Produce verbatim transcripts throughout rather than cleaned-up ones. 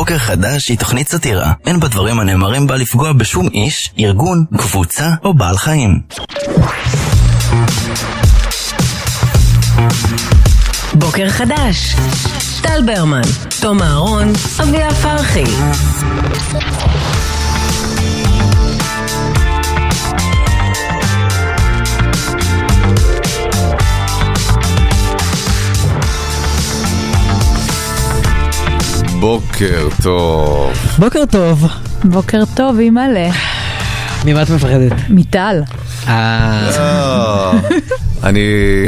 בוקר חדש היא תוכנית סאטירה. אין בדברים הנאמרים בה לפגוע בשום איש, ארגון, קבוצה או בעל חיים. בוקר חדש. טל ברמן, תום אהרון, אביה פרחי. בוקר טוב. בוקר טוב. בוקר טוב, אימא'לה. ממה את מפחדת? מטל. אני...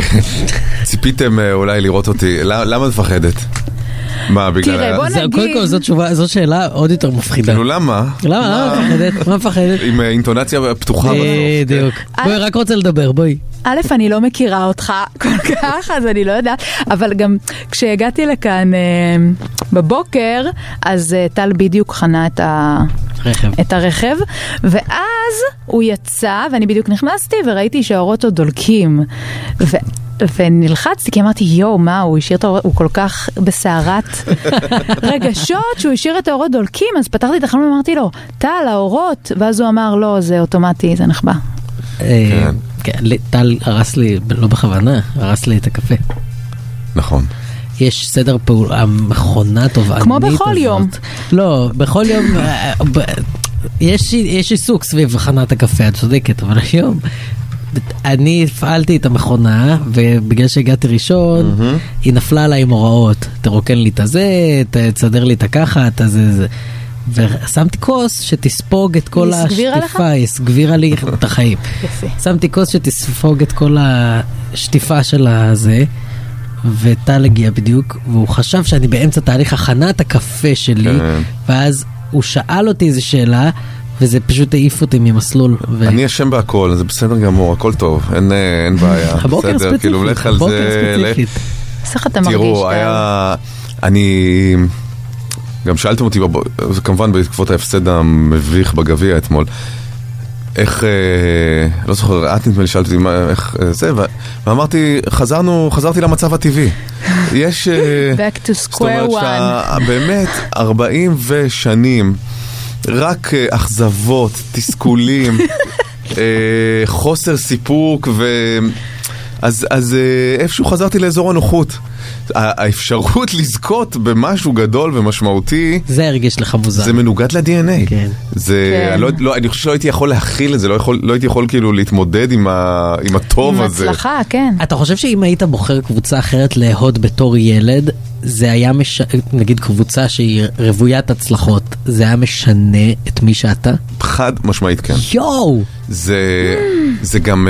ציפיתם אולי לראות אותי. למה את מפחדת? מה, בגלל... תראה, בוא נגיד... קודם כל, זאת תשובה, זאת שאלה עוד יותר מפחידה. כאילו, למה? למה? למה מפחדת? מה מפחדת? עם אינטונציה פתוחה בסוף. בדיוק. בואי, רק רוצה לדבר, בואי. א', אני לא מכירה אותך כל כך, אז אני לא יודעת, אבל גם כשהגעתי לכאן אה, בבוקר, אז אה, טל בדיוק חנה את, ה... רכב. את הרכב, ואז הוא יצא, ואני בדיוק נכנסתי, וראיתי שהאורות עוד דולקים, ו... ונלחצתי, כי אמרתי, יו, מה, הוא השאיר את האורות, הוא כל כך בסערת רגשות, שהוא השאיר את האורות דולקים, אז פתחתי את החלום ואמרתי לו, טל, האורות, ואז הוא אמר, לא, זה אוטומטי, זה נחבא. כן. טל הרס לי, לא בכוונה, הרס לי את הקפה. נכון. יש סדר פעולה, המכונה תובענית כמו בכל יום. לא, בכל יום, יש עיסוק סביב הכנת הקפה, את צודקת, אבל היום, אני הפעלתי את המכונה, ובגלל שהגעתי ראשון, היא נפלה עליי עם הוראות. תרוקן לי את הזה, תסדר לי את הככה, את הזה, ושמתי כוס שתספוג את כל השטיפה, היא סגבירה לי את החיים. שמתי כוס שתספוג את כל השטיפה של הזה, וטל הגיע בדיוק, והוא חשב שאני באמצע תהליך הכנת הקפה שלי, ואז הוא שאל אותי איזו שאלה, וזה פשוט העיף אותי ממסלול. אני אשם בהכל, זה בסדר גמור, הכל טוב, אין בעיה. הבוקר ספציפית. כאילו, לך על זה... אז איך אתה מרגיש? תראו, היה... אני... גם שאלתם אותי, זה כמובן בעקבות ההפסד המביך בגביע אתמול, איך, לא זוכר, את נדמה לי שאלתי איך זה, ואמרתי, חזרנו, חזרתי למצב הטבעי. יש... Back to square one. באמת, ארבעים ושנים, רק אכזבות, תסכולים, חוסר סיפוק, ו... אז, אז איפשהו חזרתי לאזור הנוחות. האפשרות לזכות במשהו גדול ומשמעותי, זה הרגיש לך מוזר. זה מנוגד ל-די אן איי. כן. זה, כן. אני, לא, לא, אני חושב שלא הייתי יכול להכיל את זה, לא, יכול, לא הייתי יכול כאילו להתמודד עם, ה, עם הטוב עם הזה. עם הצלחה, כן. אתה חושב שאם היית בוחר קבוצה אחרת להוד בתור ילד, זה היה מש... נגיד קבוצה שהיא רוויית הצלחות, זה היה משנה את מי שאתה? חד משמעית, כן. יואו! זה, זה גם...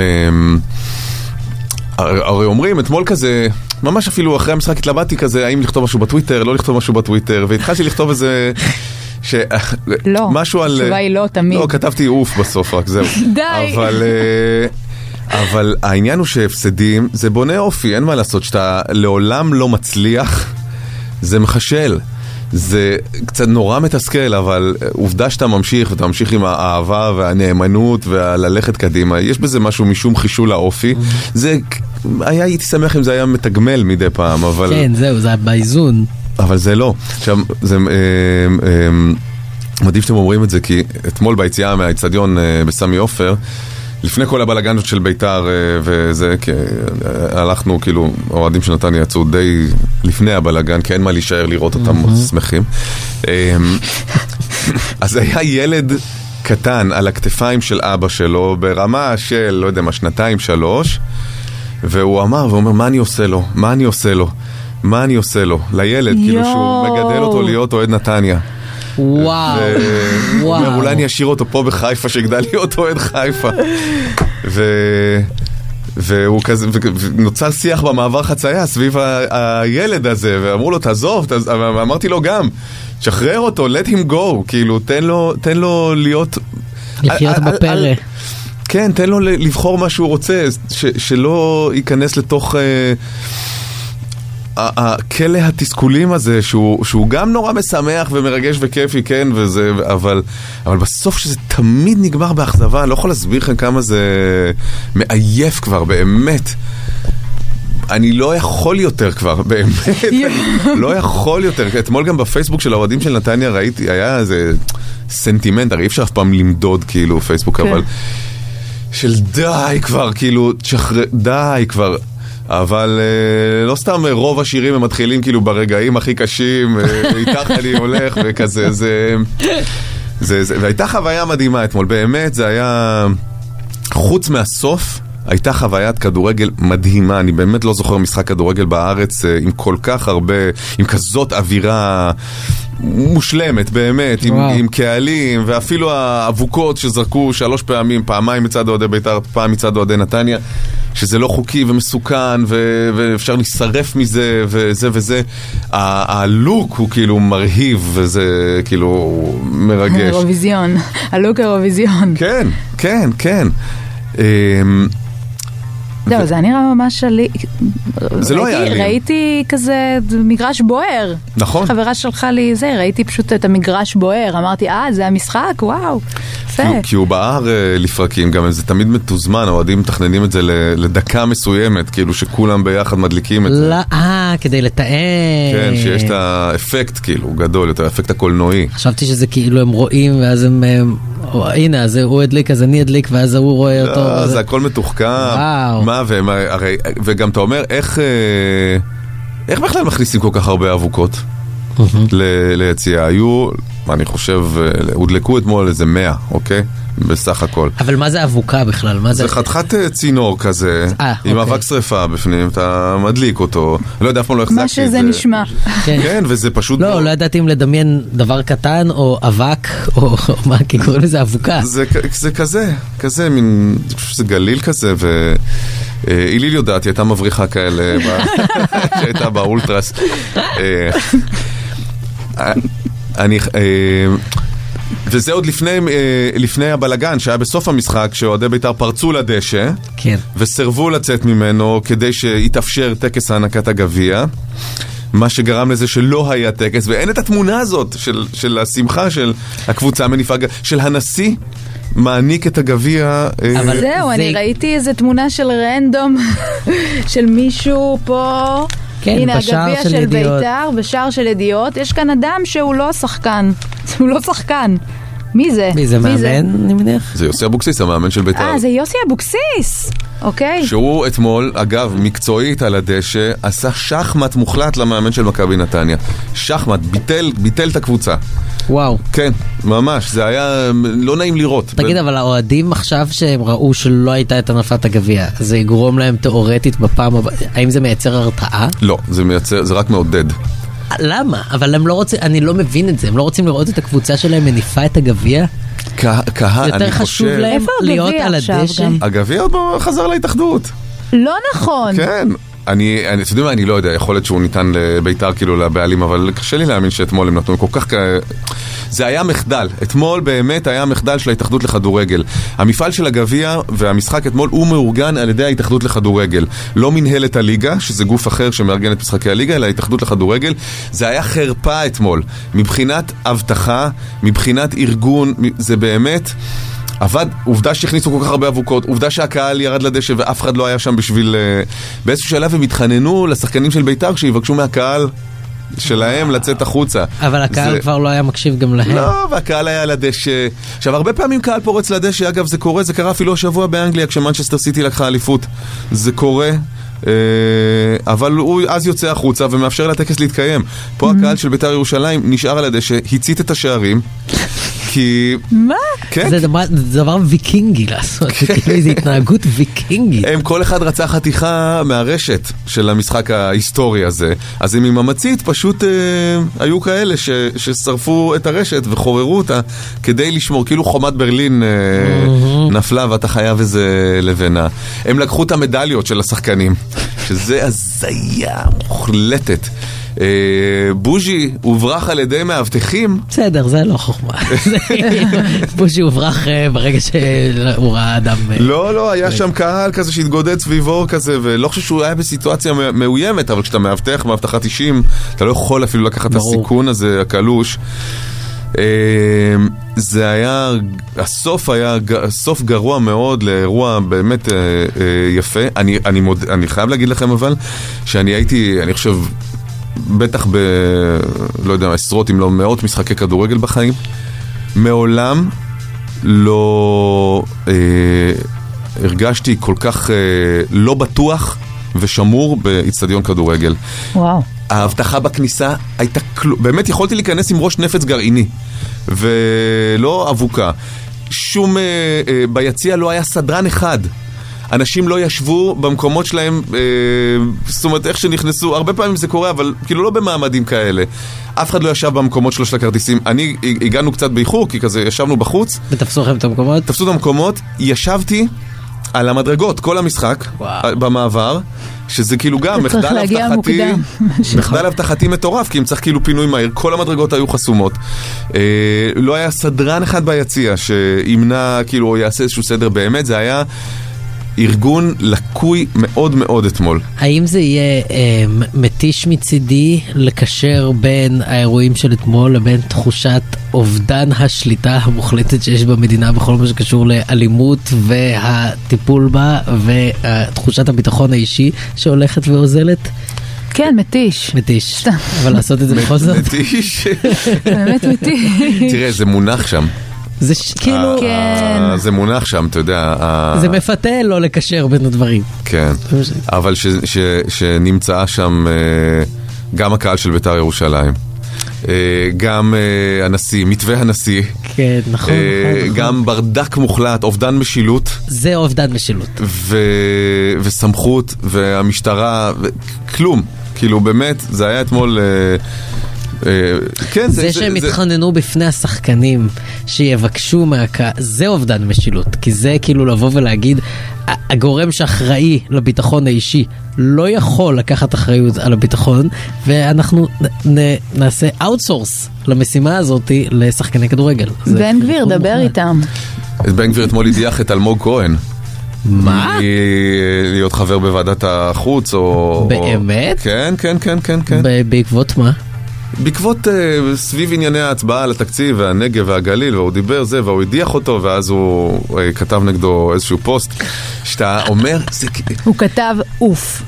הרי אומרים, אתמול כזה, ממש אפילו אחרי המשחק התלבטתי כזה, האם לכתוב משהו בטוויטר, לא לכתוב משהו בטוויטר, והתחלתי לכתוב איזה... ש... לא, משהו על... התשובה היא לא תמיד. לא, כתבתי אוף בסוף, רק זהו. די. אבל, אבל העניין הוא שהפסדים, זה בונה אופי, אין מה לעשות, שאתה לעולם לא מצליח, זה מחשל. זה קצת נורא מתסכל, אבל עובדה שאתה ממשיך, ואתה ממשיך עם האהבה והנאמנות וללכת קדימה. יש בזה משהו משום חישול האופי. זה, היה, הייתי שמח אם זה היה מתגמל מדי פעם, אבל... כן, זהו, זה היה באיזון. אבל זה לא. עכשיו, זה... אה, אה, מדהים שאתם אומרים את זה, כי אתמול ביציאה מהאצטדיון אה, בסמי עופר, לפני כל הבלגנות של ביתר וזה, כי הלכנו, כאילו, אוהדים של נתניה יצאו די לפני הבלגן, כי אין מה להישאר לראות אותם שמחים. אז היה ילד קטן על הכתפיים של אבא שלו, ברמה של, לא יודע מה, שנתיים, שלוש, והוא אמר, ואומר, מה אני עושה לו? מה אני עושה לו? מה אני עושה לו? לילד, כאילו שהוא מגדל אותו להיות אוהד נתניה. וואו, וואו. אולי אני אשאיר אותו פה בחיפה, שגדל להיות אוהד חיפה. ו... והוא כזה, ונוצר שיח במעבר חצייה סביב ה... הילד הזה, ואמרו לו, תעזוב, תעזוב, ואמרתי לו גם, שחרר אותו, let him go, כאילו, תן לו, תן לו להיות... לחיות בפרא. כן, תן לו לבחור מה שהוא רוצה, ש... שלא ייכנס לתוך... הכלא התסכולים הזה, שהוא, שהוא גם נורא משמח ומרגש וכיפי, כן, וזה, אבל, אבל בסוף שזה תמיד נגמר באכזבה, אני לא יכול להסביר לכם כמה זה מעייף כבר, באמת. אני לא יכול יותר כבר, באמת, אני לא יכול יותר. אתמול גם בפייסבוק של האוהדים של נתניה ראיתי, היה איזה סנטימנט, הרי אי אפשר אף פעם למדוד כאילו פייסבוק, אבל של די כבר, כאילו, די כבר. אבל לא סתם רוב השירים הם מתחילים כאילו ברגעים הכי קשים, איתך אני הולך וכזה, זה... זה, זה, והייתה חוויה מדהימה אתמול, באמת זה היה, חוץ מהסוף, הייתה חוויית כדורגל מדהימה, אני באמת לא זוכר משחק כדורגל בארץ עם כל כך הרבה, עם כזאת אווירה מושלמת באמת, עם, עם קהלים, ואפילו האבוקות שזרקו שלוש פעמים, פעמיים מצד אוהדי בית"ר, פעם מצד אוהדי נתניה, שזה לא חוקי ומסוכן, ו- ואפשר להישרף מזה, וזה וזה. הלוק הוא כאילו מרהיב, וזה כאילו מרגש. אירוויזיון, הלוק אירוויזיון. כן, כן, כן. זהו, זה נראה ממש שלי. זה לא היה לי. ראיתי כזה מגרש בוער. נכון. חברה שלחה לי זה, ראיתי פשוט את המגרש בוער. אמרתי, אה, זה המשחק? וואו. יפה. כי הוא בער לפרקים, גם זה תמיד מתוזמן, האוהדים מתכננים את זה לדקה מסוימת, כאילו שכולם ביחד מדליקים את זה. אה, כדי לתאם. כן, שיש את האפקט כאילו גדול, את האפקט הקולנועי. חשבתי שזה כאילו הם רואים ואז הם... הנה, אז הוא הדליק, אז אני הדליק, ואז הוא רואה אותו. לא, זה הכל מתוחכם. וואו. מה, וגם אתה אומר, איך איך בכלל מכניסים כל כך הרבה אבוקות ליציאה? היו, אני חושב, הודלקו אתמול איזה מאה, אוקיי? בסך הכל. אבל מה זה אבוקה בכלל? זה חתיכת צינור כזה, עם אבק שריפה בפנים, אתה מדליק אותו, לא יודע, אף פעם לא החזקתי מה שזה נשמע. כן, וזה פשוט... לא, לא ידעתי אם לדמיין דבר קטן, או אבק, או מה, כי קוראים לזה אבוקה. זה כזה, כזה, מין, אני חושב שזה גליל כזה, ו... איליל יודעת, היא הייתה מבריחה כאלה, שהייתה באולטרס. אני... וזה עוד לפני, לפני הבלגן שהיה בסוף המשחק, שאוהדי בית"ר פרצו לדשא, כן. וסרבו לצאת ממנו כדי שיתאפשר טקס הענקת הגביע, מה שגרם לזה שלא היה טקס, ואין את התמונה הזאת של, של השמחה של הקבוצה המניפה, של הנשיא מעניק את הגביע. אבל זהו, זה... אני ראיתי איזו תמונה של רנדום, של מישהו פה... כן, הנה הגביע של, של בית"ר, בשער של ידיעות. יש כאן אדם שהוא לא שחקן. הוא לא שחקן. מי זה? מי זה מאמן, זה? אני מניח? זה יוסי אבוקסיס, המאמן של בית"ר. אה, זה יוסי אבוקסיס. אוקיי. שהוא אתמול, אגב, מקצועית על הדשא, עשה שחמט מוחלט למאמן של מכבי נתניה. שחמט, ביטל, ביטל את הקבוצה. וואו. כן, ממש, זה היה לא נעים לראות. תגיד, אבל האוהדים עכשיו שהם ראו שלא הייתה את הנפת הגביע, זה יגרום להם תיאורטית בפעם הבאה, האם זה מייצר הרתעה? לא, זה מייצר, זה רק מעודד. למה? אבל הם לא רוצים, אני לא מבין את זה, הם לא רוצים לראות את הקבוצה שלהם מניפה את הגביע? קהל, אני חושב... יותר חשוב להם להיות על הדשא? הגביע חזר להתאחדות. לא נכון. כן. אני, אני, אתה יודע מה, אני לא יודע, יכול להיות שהוא ניתן לבית"ר כאילו לבעלים, אבל קשה לי להאמין שאתמול הם נתנו כל כך... זה היה מחדל. אתמול באמת היה מחדל של ההתאחדות לכדורגל. המפעל של הגביע והמשחק אתמול הוא מאורגן על ידי ההתאחדות לכדורגל. לא מנהלת הליגה, שזה גוף אחר שמארגן את משחקי הליגה, אלא ההתאחדות לכדורגל. זה היה חרפה אתמול. מבחינת הבטחה, מבחינת ארגון, זה באמת... עבד, עובדה שהכניסו כל כך הרבה אבוקות, עובדה שהקהל ירד לדשא ואף אחד לא היה שם בשביל... באיזשהו שלב הם התחננו לשחקנים של בית"ר שיבקשו מהקהל שלהם לצאת החוצה. אבל הקהל זה... כבר לא היה מקשיב גם להם. לא, והקהל היה לדשא. עכשיו, הרבה פעמים קהל פורץ לדשא, אגב, זה קורה, זה קרה אפילו השבוע באנגליה, כשמנצ'סטר סיטי לקחה אליפות. זה קורה, אבל הוא אז יוצא החוצה ומאפשר לטקס להתקיים. פה הקהל של בית"ר ירושלים נשאר על הדשא, הצית את השערים, כי... מה? כן? זה דבר, דבר ויקינגי לעשות, זה כאילו איזו התנהגות ויקינגית. הם כל אחד רצה חתיכה מהרשת של המשחק ההיסטורי הזה, אז הם עם המצית פשוט אה, היו כאלה ש, ששרפו את הרשת וחוררו אותה כדי לשמור, כאילו חומת ברלין אה, mm-hmm. נפלה ואתה חייב איזה לבנה. הם לקחו את המדליות של השחקנים, שזה הזיה מוחלטת. בוז'י הוברח על ידי מאבטחים. בסדר, זה לא חוכמה. בוז'י הוברח ברגע שהוא ראה אדם. לא, לא, היה שם קהל כזה שהתגודד סביבו כזה, ולא חושב שהוא היה בסיטואציה מאוימת, אבל כשאתה מאבטח, מאבטחת אישים, אתה לא יכול אפילו לקחת את הסיכון הזה, הקלוש. זה היה, הסוף היה סוף גרוע מאוד לאירוע באמת אה, אה, יפה. אני, אני, מוד, אני חייב להגיד לכם אבל, שאני הייתי, אני חושב, בטח ב, לא יודע, עשרות אם לא מאות משחקי כדורגל בחיים. מעולם לא אה, הרגשתי כל כך אה, לא בטוח ושמור באצטדיון כדורגל. וואו. ההבטחה בכניסה הייתה כלום, באמת יכולתי להיכנס עם ראש נפץ גרעיני ולא אבוקה. שום אה, אה, ביציע לא היה סדרן אחד. אנשים לא ישבו במקומות שלהם, אה, זאת אומרת איך שנכנסו, הרבה פעמים זה קורה, אבל כאילו לא במעמדים כאלה. אף אחד לא ישב במקומות שלו של הכרטיסים. אני, הגענו קצת באיחור, כי כזה ישבנו בחוץ. ותפסו לכם את המקומות? תפסו את המקומות, ישבתי על המדרגות, כל המשחק, וואו. במעבר, שזה כאילו גם מחדל הבטחתי, מחדל הבטחתי מטורף, כי אם צריך כאילו פינוי מהיר, כל המדרגות היו חסומות. אה, לא היה סדרן אחד ביציע שימנע, כאילו, או יעשה איזשהו סדר באמת, זה היה ארגון לקוי מאוד מאוד אתמול. האם זה יהיה אה, מתיש מצידי לקשר בין האירועים של אתמול לבין תחושת אובדן השליטה המוחלטת שיש במדינה בכל מה שקשור לאלימות והטיפול בה ותחושת הביטחון האישי שהולכת ועוזלת? כן, מתיש. מתיש. אבל לעשות את זה בכל זאת? מתיש. באמת מתיש. תראה, זה מונח שם. זה כאילו... כן. זה מונח שם, אתה יודע. זה מפתה לא לקשר בין הדברים. כן. אבל שנמצאה שם גם הקהל של בית"ר ירושלים. גם הנשיא, מתווה הנשיא. כן, נכון, נכון. גם ברדק מוחלט, אובדן משילות. זה אובדן משילות. וסמכות, והמשטרה, כלום. כאילו באמת, זה היה אתמול... כן, זה, זה שהם זה, התחננו זה... בפני השחקנים שיבקשו מהקהל, זה אובדן משילות, כי זה כאילו לבוא ולהגיד הגורם שאחראי לביטחון האישי לא יכול לקחת אחריות על הביטחון, ואנחנו נ, נ, נעשה אאוטסורס למשימה הזאת לשחקני כדורגל. בן גביר, דבר איתם. בן גביר אתמול הדיח את אלמוג כהן. מה? להיות חבר בוועדת החוץ או... באמת? כן, כן, כן, כן, כן. בעקבות מה? בעקבות uh, סביב ענייני ההצבעה על התקציב והנגב והגליל, והוא דיבר זה, והוא הדיח אותו, ואז הוא uh, כתב נגדו איזשהו פוסט, שאתה אומר... זה... הוא כתב אוף.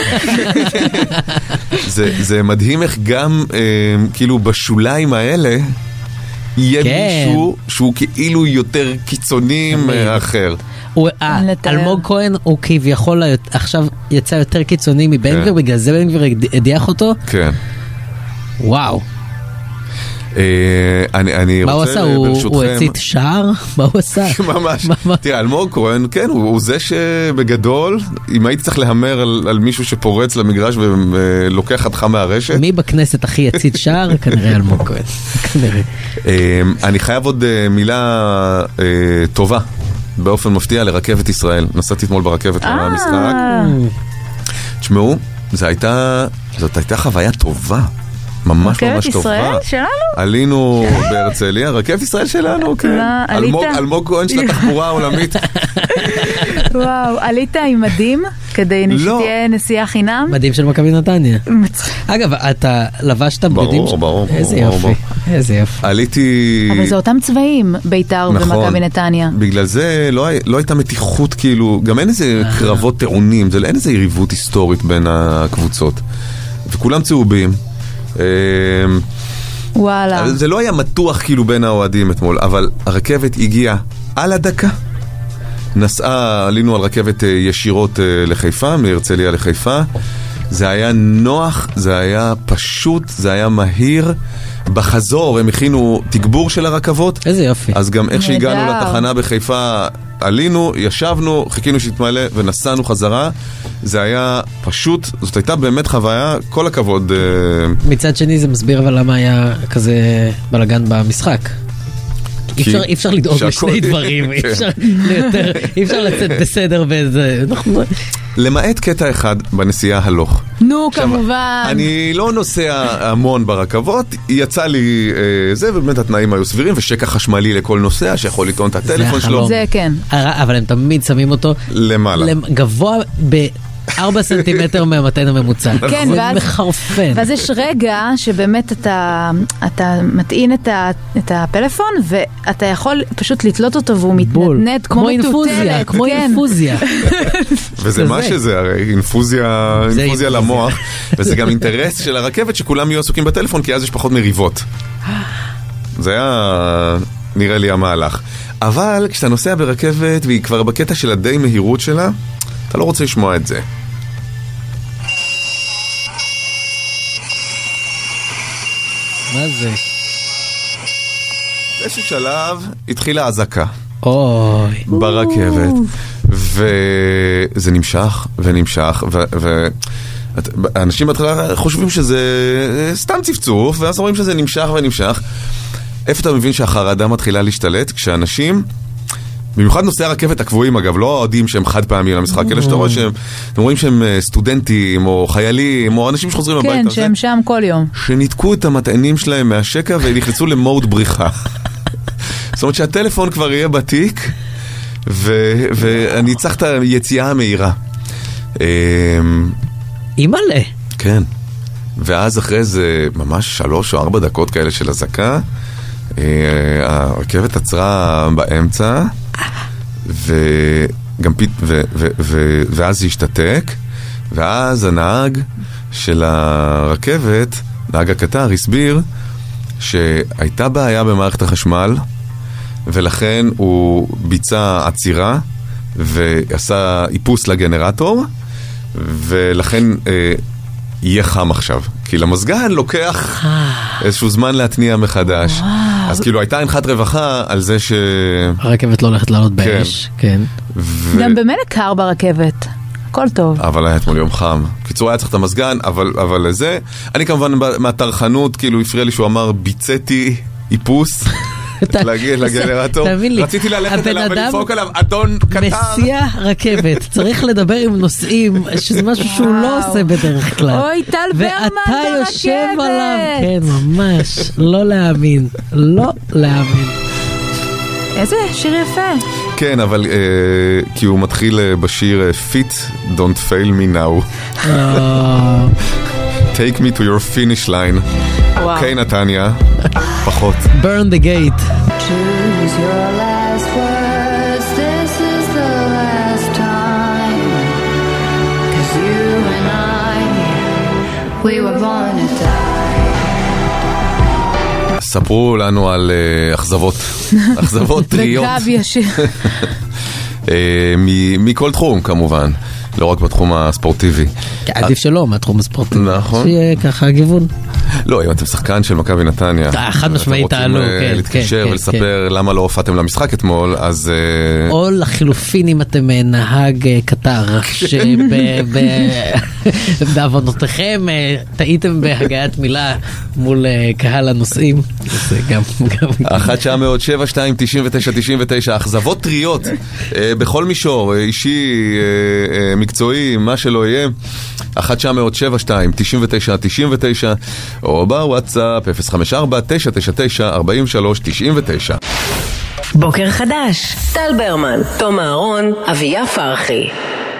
זה, זה מדהים איך גם uh, כאילו בשוליים האלה יהיה כן. מישהו שהוא כאילו יותר קיצוני מאחר. אלמוג כהן הוא כביכול עכשיו יצא יותר קיצוני מבן גביר, בגלל זה בן גביר הדיח אותו? כן. וואו. אני מה הוא עשה? הוא הצית שער? מה הוא עשה? ממש. תראה, אלמוג כהן, כן, הוא זה שבגדול, אם הייתי צריך להמר על מישהו שפורץ למגרש ולוקח חתך מהרשת. מי בכנסת הכי הצית שער? כנראה אלמוג כהן. כנראה. אני חייב עוד מילה טובה, באופן מפתיע, לרכבת ישראל. נסעתי אתמול ברכבת למשחק. תשמעו, זאת הייתה חוויה טובה. ממש ממש טובה. רכבת ישראל שלנו? עלינו בהרצליה, רכבת ישראל שלנו, כן. אלמוג כהן של התחבורה העולמית. וואו, עלית עם מדים כדי שתהיה נסיעה חינם? מדים של מכבי נתניה. אגב, אתה לבשת בגדים? ברור, ברור. איזה יופי, איזה יופי. עליתי... אבל זה אותם צבעים, בית"ר ומכבי נתניה. בגלל זה לא הייתה מתיחות כאילו, גם אין איזה קרבות טעונים, אין איזה יריבות היסטורית בין הקבוצות. וכולם צהובים. וואלה. זה לא היה מתוח כאילו בין האוהדים אתמול, אבל הרכבת הגיעה על הדקה. נסעה, עלינו על רכבת ישירות לחיפה, מהרצליה לחיפה. זה היה נוח, זה היה פשוט, זה היה מהיר. בחזור הם הכינו תגבור של הרכבות. איזה יופי. אז גם איך שהגענו לתחנה בחיפה, עלינו, ישבנו, חיכינו שהתמלא ונסענו חזרה. זה היה פשוט, זאת הייתה באמת חוויה, כל הכבוד. מצד שני זה מסביר אבל למה היה כזה בלגן במשחק. אי אפשר לדאוג לשני דברים, אי אפשר לצאת בסדר באיזה... למעט קטע אחד בנסיעה הלוך. נו, כמובן. אני לא נוסע המון ברכבות, יצא לי זה, ובאמת התנאים היו סבירים, ושקע חשמלי לכל נוסע שיכול לטעון את הטלפון שלו. זה כן. אבל הם תמיד שמים אותו למעלה. גבוה ארבע סנטימטר מהמתן הממוצע. כן, זה ואז- מחרפן. ואז יש רגע שבאמת אתה, אתה מטעין את, ה, את הפלאפון ואתה יכול פשוט לתלות אותו והוא בול. מתנדנד כמו, כמו אינפוזיה, מטוטלת, כמו כן. אינפוזיה. וזה מה כזה. שזה, הרי אינפוזיה, זה אינפוזיה אינפוזיה. למוח, וזה גם אינטרס של הרכבת שכולם יהיו עסוקים בטלפון, כי אז יש פחות מריבות. זה היה נראה לי המהלך. אבל כשאתה נוסע ברכבת והיא כבר בקטע של הדי מהירות שלה, אתה לא רוצה לשמוע את זה. מה זה? באיזשהו שלב התחילה אזעקה אוי. ברכבת, וזה נמשך ונמשך, ואנשים בהתחלה חושבים שזה סתם צפצוף, ואז רואים שזה נמשך ונמשך. איפה אתה מבין שהחרדה מתחילה להשתלט? כשאנשים, במיוחד נושאי הרכבת הקבועים אגב, לא העודים שהם חד פעמים למשחק, אלא שאתה רואה שהם, אתם רואים שהם סטודנטים או חיילים או אנשים שחוזרים הביתה, כן, שהם שם כל יום. שניתקו את המטענים שלהם מהשקע ונכנסו למוד בריחה. זאת אומרת שהטלפון כבר יהיה בתיק, ו- ואני צריך את היציאה המהירה. אימא'לה. כן. ואז אחרי זה ממש שלוש או ארבע דקות כאלה של אזעקה, הרכבת עצרה באמצע, וגם פית, ו- ו- ו- ואז זה השתתק, ואז הנהג של הרכבת, נהג הקטר, הסביר שהייתה בעיה במערכת החשמל, ולכן הוא ביצע עצירה ועשה איפוס לגנרטור, ולכן אה, יהיה חם עכשיו. כי למזגן לוקח איזשהו זמן להתניע מחדש. אז כאילו הייתה הנחת רווחה על זה ש... הרכבת לא הולכת לעלות באש. כן. ו... גם במילא קר ברכבת. הכל טוב. אבל היה אתמול יום חם. קיצור, היה צריך את המזגן, אבל, אבל זה... אני כמובן מהתרחנות, כאילו הפריע לי שהוא אמר, ביצאתי איפוס. להגיע לגנרטור, רציתי ללכת אליו ולפוק עליו, אדון קטר. מסיע רכבת, צריך לדבר עם נוסעים, שזה משהו שהוא לא עושה בדרך כלל. אוי, טל ברמן ואתה יושב עליו, כן, ממש, לא להאמין, לא להאמין. איזה שיר יפה. כן, אבל כי הוא מתחיל בשיר Fit, Don't Fail Me Now. Take me to your finish line. אוקיי, נתניה, פחות. Burn the gate. Choose your last words, this is the last time. Cause you and I, we were born to die. ספרו לנו על אכזבות, אכזבות טריות. בגב ישיר. מכל תחום כמובן. לא רק בתחום הספורטיבי. עדיף שלא, מהתחום הספורטיבי. נכון. שיהיה ככה גיוון. לא, אם אתם שחקן של מכבי נתניה, חד משמעית תעלו, אתם רוצים להתקשר ולספר למה לא הופעתם למשחק אתמול, אז... או לחילופין אם אתם נהג קטר, שבעוונותיכם טעיתם בהגיית מילה מול קהל הנוסעים. זה גם... אחת תשע אפס אפס שבע שתיים תשעים ותשע תשעים ותשע, אכזבות טריות, בכל מישור, אישי, מקצועי, מה שלא יהיה. אחת תשע אפס אפס שבע שתיים תשעים ותשע תשעים ותשע, או בוואטסאפ אפס חמש ארבע תשע תשע תשע ארבע שלוש תשעים ותשע. בוקר חדש, טל ברמן, תום אהרון, אביה פרחי.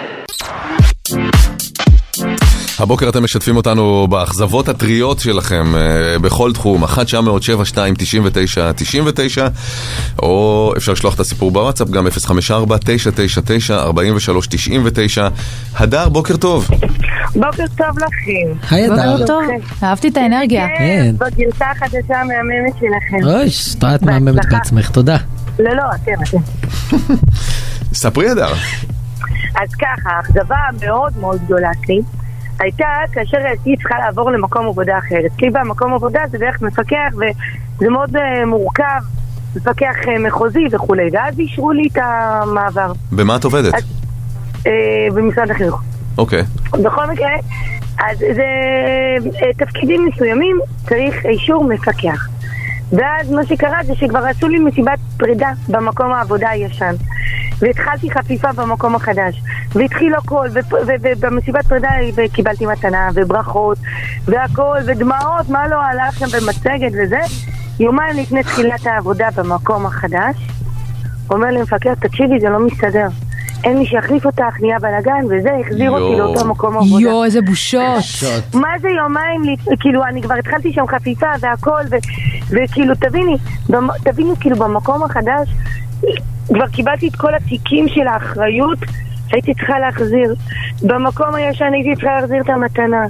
הבוקר אתם משתפים אותנו באכזבות הטריות שלכם בכל תחום, אחת תשע אפס אפס שבע שתיים תשעים ותשע תשעים ותשע, או אפשר לשלוח את הסיפור בוואטסאפ גם אפס חמש ארבע תשע תשע תשע ארבע שלוש תשעים ותשע. הדר, בוקר טוב. בוקר טוב לכם. היי הדר. בוקר טוב, אהבתי את האנרגיה. כן, בגרסה החדשה המהממת שלכם. אוי, שטעת מהממת בעצמך, תודה. לא, לא, אתם, אתם. ספרי הדר. אז ככה, האכזבה המאוד מאוד גדולה שלי הייתה כאשר הייתי צריכה לעבור למקום עבודה אחר. אצלי במקום עבודה זה דרך מפקח וזה מאוד uh, מורכב, מפקח uh, מחוזי וכולי, ואז אישרו לי את המעבר. במה את עובדת? אז, uh, במשרד החינוך. אוקיי. בכל מקרה, אז זה uh, תפקידים מסוימים צריך אישור מפקח. ואז מה שקרה זה שכבר עשו לי מסיבת פרידה במקום העבודה הישן. והתחלתי חפיפה במקום החדש. והתחיל הכל, ובמסיבת פרידה קיבלתי מתנה, וברכות, והכל, ודמעות, מה לא עלה לכם במצגת וזה. יומיים לפני תחילת העבודה במקום החדש, אומר לי מפקר, תקשיבי, זה לא מסתדר. אין מי שיחליף אותך, נהיה בלגן, וזה החזיר אותי לאותו מקום עבודה. יו, איזה בושות. מה זה יומיים, כאילו, אני כבר התחלתי שם חפיפה והכל, וכאילו, תביני, תביני, כאילו, במקום החדש, כבר קיבלתי את כל התיקים של האחריות, הייתי צריכה להחזיר. במקום הישן הייתי צריכה להחזיר את המתנה.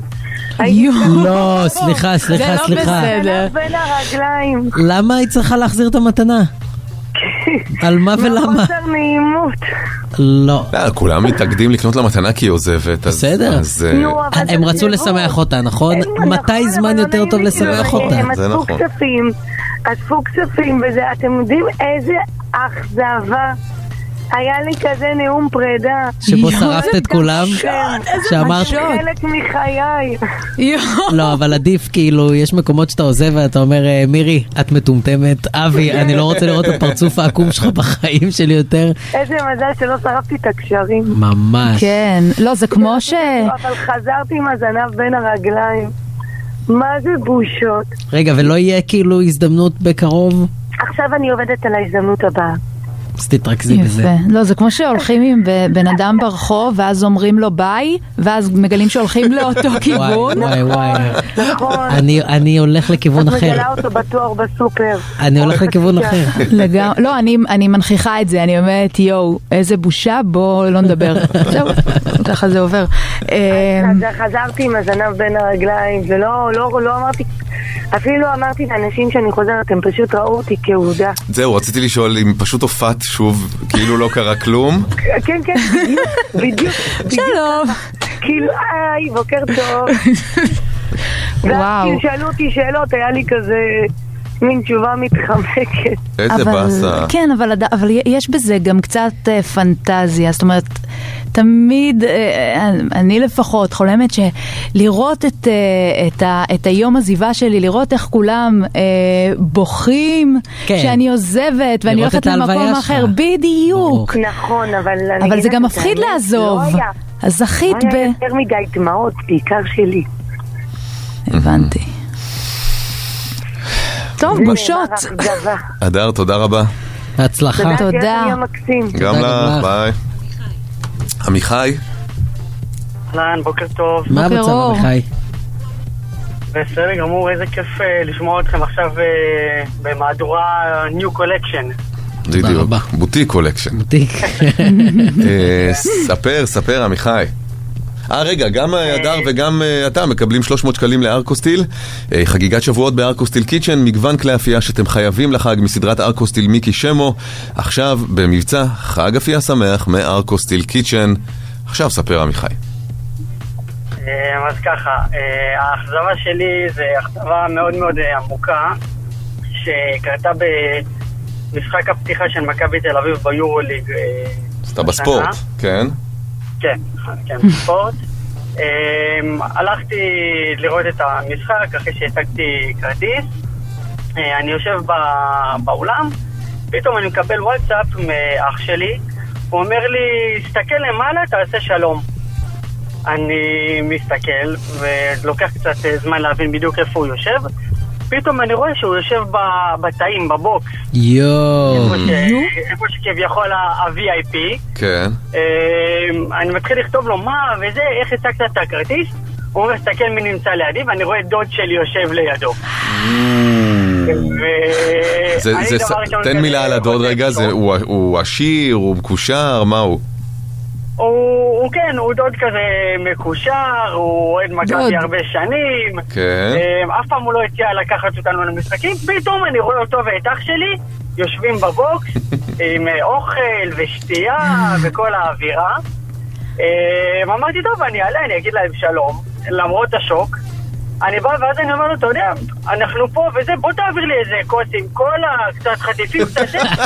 לא, סליחה, סליחה, סליחה. בין הרגליים. למה היא צריכה להחזיר את המתנה? על מה ולמה? בחוסר נעימות. לא. כולם מתאגדים לקנות לה מתנה כי היא עוזבת. בסדר. הם רצו לשמח אותה, נכון? מתי זמן יותר טוב לשמח אותה? הם אספו כספים, אספו כספים, וזה, אתם יודעים איזה אכזבה. היה לי כזה נאום פרידה. שבו שרפת את כולם? שאמרת... חלק מחיי. לא, אבל עדיף, כאילו, יש מקומות שאתה עוזב ואתה אומר, מירי, את מטומטמת, אבי, אני לא רוצה לראות את הפרצוף העקום שלך בחיים שלי יותר. איזה מזל שלא שרפתי את הקשרים. ממש. כן, לא, זה כמו ש... אבל חזרתי עם הזנב בין הרגליים. מה זה בושות? רגע, ולא יהיה כאילו הזדמנות בקרוב? עכשיו אני עובדת על ההזדמנות הבאה. אז תתרכזי בזה. לא, זה כמו שהולכים עם בן אדם ברחוב, ואז אומרים לו ביי, ואז מגלים שהולכים לאותו כיוון. וואי, וואי. נכון. אני הולך לכיוון אחר. את מגלה אותו בתואר בסופר. אני הולך לכיוון אחר. לא, אני מנכיחה את זה, אני אומרת, יואו, איזה בושה, בוא לא נדבר. זהו, ככה זה עובר. חזרתי עם הזנב בין הרגליים, ולא אמרתי... אפילו אמרתי לאנשים שאני חוזרת, הם פשוט ראו אותי כעובדה. זהו, רציתי לשאול אם פשוט הופעת שוב, כאילו לא קרה כלום. כן, כן, בדיוק, בדיוק. שלום. כאילו, היי, בוקר טוב. ואז כאילו שאלו אותי שאלות, היה לי כזה מין תשובה מתחמקת. איזה באסה. כן, אבל יש בזה גם קצת פנטזיה, זאת אומרת... תמיד, אני לפחות חולמת שלראות את, את, ה, את היום הזיבה שלי, לראות איך כולם אה, בוכים, כן. שאני עוזבת ואני הולכת למקום אחר, בדיוק. נכון, אבל... אבל זה גם מפחיד לעזוב. לא אז זכית ב... לא היה יותר מדי דמעות, בעיקר שלי. הבנתי. טוב, בושות. אדר, תודה רבה. הצלחה. תודה. גם לך, ביי. עמיחי? אהלן, בוקר טוב. מה המצב, עמיחי? בסדר גמור, איזה כיף לשמוע אתכם עכשיו במהדורה New Collection. בדיוק, בוטיק קולקשן. בוטיק. ספר, ספר, עמיחי. אה רגע, גם הדר וגם אתה מקבלים שלוש מאות שקלים לארקוסטיל, חגיגת שבועות בארקוסטיל קיצ'ן, מגוון כלי אפייה שאתם חייבים לחג מסדרת ארקוסטיל מיקי שמו, עכשיו במבצע חג אפייה שמח מארקוסטיל קיצ'ן. עכשיו ספר, עמיחי. אז ככה, האכזבה שלי זה אכזבה מאוד מאוד עמוקה שקרתה במשחק הפתיחה של מכבי תל אביב ביורוליג. אתה בספורט, כן? כן, כן, בספורט. הלכתי לראות את המשחק אחרי שהצגתי כרטיס. אני יושב באולם, פתאום אני מקבל וואטסאפ מאח שלי, הוא אומר לי, תסתכל למעלה, תעשה שלום. אני מסתכל ולוקח קצת זמן להבין בדיוק איפה הוא יושב. פתאום אני רואה שהוא יושב בתאים, בבוקס. יואו. איפה שכביכול ה-וי איי פי. כן. אני מתחיל לכתוב לו מה וזה, איך הצגת את הכרטיס. הוא אומר, תסתכל מי נמצא לידי, ואני רואה דוד שלי יושב לידו. תן מילה על הדוד רגע, הוא עשיר, הוא מקושר, מה הוא? הוא כן, הוא דוד כזה מקושר, הוא אוהד מכבי הרבה שנים. כן. אף פעם הוא לא הציע לקחת אותנו למשחקים. פתאום אני רואה אותו ואת אח שלי יושבים בבוקס עם אוכל ושתייה וכל האווירה. אמרתי, טוב, אני אעלה, אני אגיד להם שלום, למרות השוק. אני בא ואז אני אומר לו, אתה יודע, אנחנו פה וזה, בוא תעביר לי איזה כוס עם כל הקצת חטיפים קצת.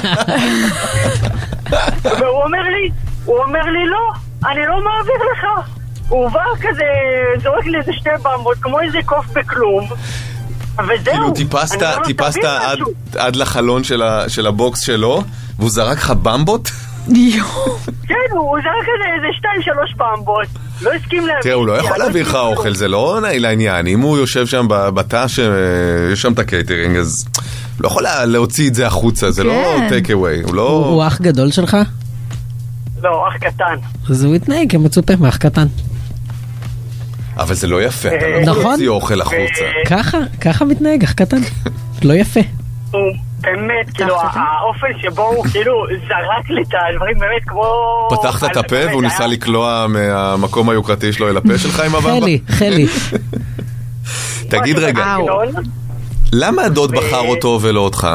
והוא אומר לי, הוא אומר לי, לא, אני לא מעביר לך. הוא בא כזה, זורק לי איזה שתי במבות, כמו איזה קוף בכלום. וזהו. כאילו טיפסת, טיפסת עד, עד לחלון של הבוקס שלו, והוא זרק לך במבות? כן, הוא זרק איזה שתיים שלוש במבות. לא הסכים להביא. תראה, הוא לא יכול להביא לך אוכל, זה לא לעניין. אם הוא יושב שם בתא שיש שם את הקייטרינג, אז לא יכול להוציא את זה החוצה, זה לא טייק אווי. הוא אח גדול שלך? לא, אח קטן. אז הוא יתנהג כמצופה מאח קטן. אבל זה לא יפה, אתה לא נכון. יכול להוציא אוכל החוצה. ככה, ככה מתנהג אח קטן. לא יפה. הוא באמת, כאילו, האופן שבו הוא כאילו זרק לי את הדברים באמת כמו... פתחת את הפה והוא ניסה לקלוע מהמקום היוקרתי שלו אל הפה שלך עם הבמבה? חלי, חלי. תגיד רגע, למה הדוד בחר אותו ולא אותך?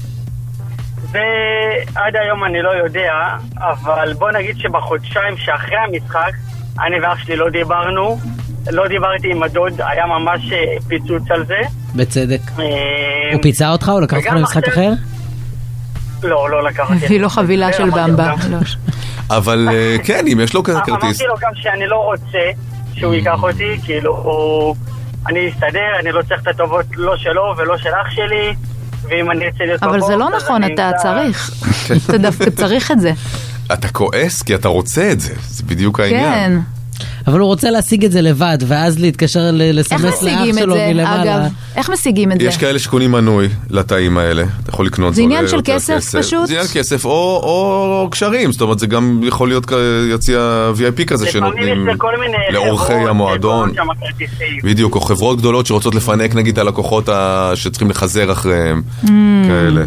ועד היום אני לא יודע, אבל בוא נגיד שבחודשיים שאחרי המשחק, אני ואח שלי לא דיברנו, לא דיברתי עם הדוד, היה ממש פיצוץ על זה. בצדק. הוא פיצה אותך או לקח אותך למשחק אחר? לא, לא לקח אותי. הביא לו חבילה של במבה. אבל כן, אם יש לו כזה כרטיס. אמרתי לו גם שאני לא רוצה שהוא ייקח אותי, כאילו, אני אסתדר, אני לא צריך את הטובות לא שלו ולא של אח שלי, ואם אני אצא להיות בבוקס... אבל זה לא נכון, אתה צריך. אתה דווקא צריך את זה. אתה כועס כי אתה רוצה את זה, זה בדיוק העניין. כן. אבל הוא רוצה להשיג את זה לבד, ואז להתקשר לסמס לאח שלו מלמעלה. אגב, איך משיגים את זה? יש כאלה שקונים מנוי לתאים האלה, אתה יכול לקנות זה עניין של כסף פשוט? זה עניין כסף או קשרים, זאת אומרת זה גם יכול להיות יציע וי איי פי כזה שנותנים לאורחי המועדון. בדיוק, או חברות גדולות שרוצות לפנק נגיד את הלקוחות שצריכים לחזר אחריהם, כאלה.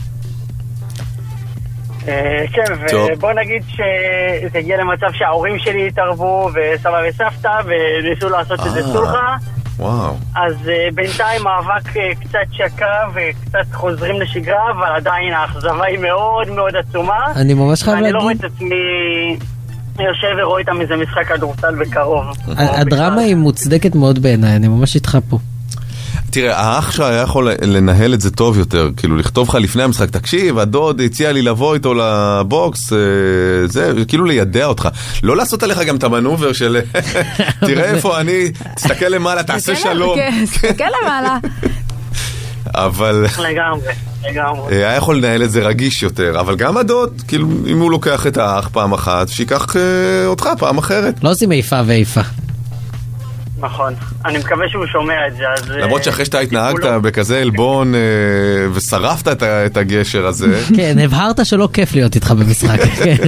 כן, ובוא נגיד שזה הגיע למצב שההורים שלי התערבו וסבא וסבתא וניסו לעשות את זה סולחה. וואו. אז בינתיים מאבק קצת שקע וקצת חוזרים לשגרה, אבל עדיין האכזבה היא מאוד מאוד עצומה. אני ממש חייב להגיד. ואני לא רואה את עצמי יושב ורואה איתם איזה משחק כדורסל בקרוב. הדרמה היא מוצדקת מאוד בעיניי, אני ממש איתך פה. תראה, האח שלך היה יכול לנהל את זה טוב יותר, כאילו לכתוב לך לפני המשחק, תקשיב, הדוד הציע לי לבוא איתו לבוקס, זה, כאילו לידע אותך. לא לעשות עליך גם את המנובר של, תראה איפה אני, תסתכל למעלה, תעשה שלום. תסתכל למעלה. אבל... לגמרי, לגמרי. היה יכול לנהל את זה רגיש יותר, אבל גם הדוד, כאילו, אם הוא לוקח את האח פעם אחת, שיקח אותך פעם אחרת. לא עושים איפה ואיפה. נכון, אני מקווה שהוא שומע את זה, אז... למרות שאחרי שאתה התנהגת בכזה אלבון ושרפת את הגשר הזה... כן, הבהרת שלא כיף להיות איתך במשחק.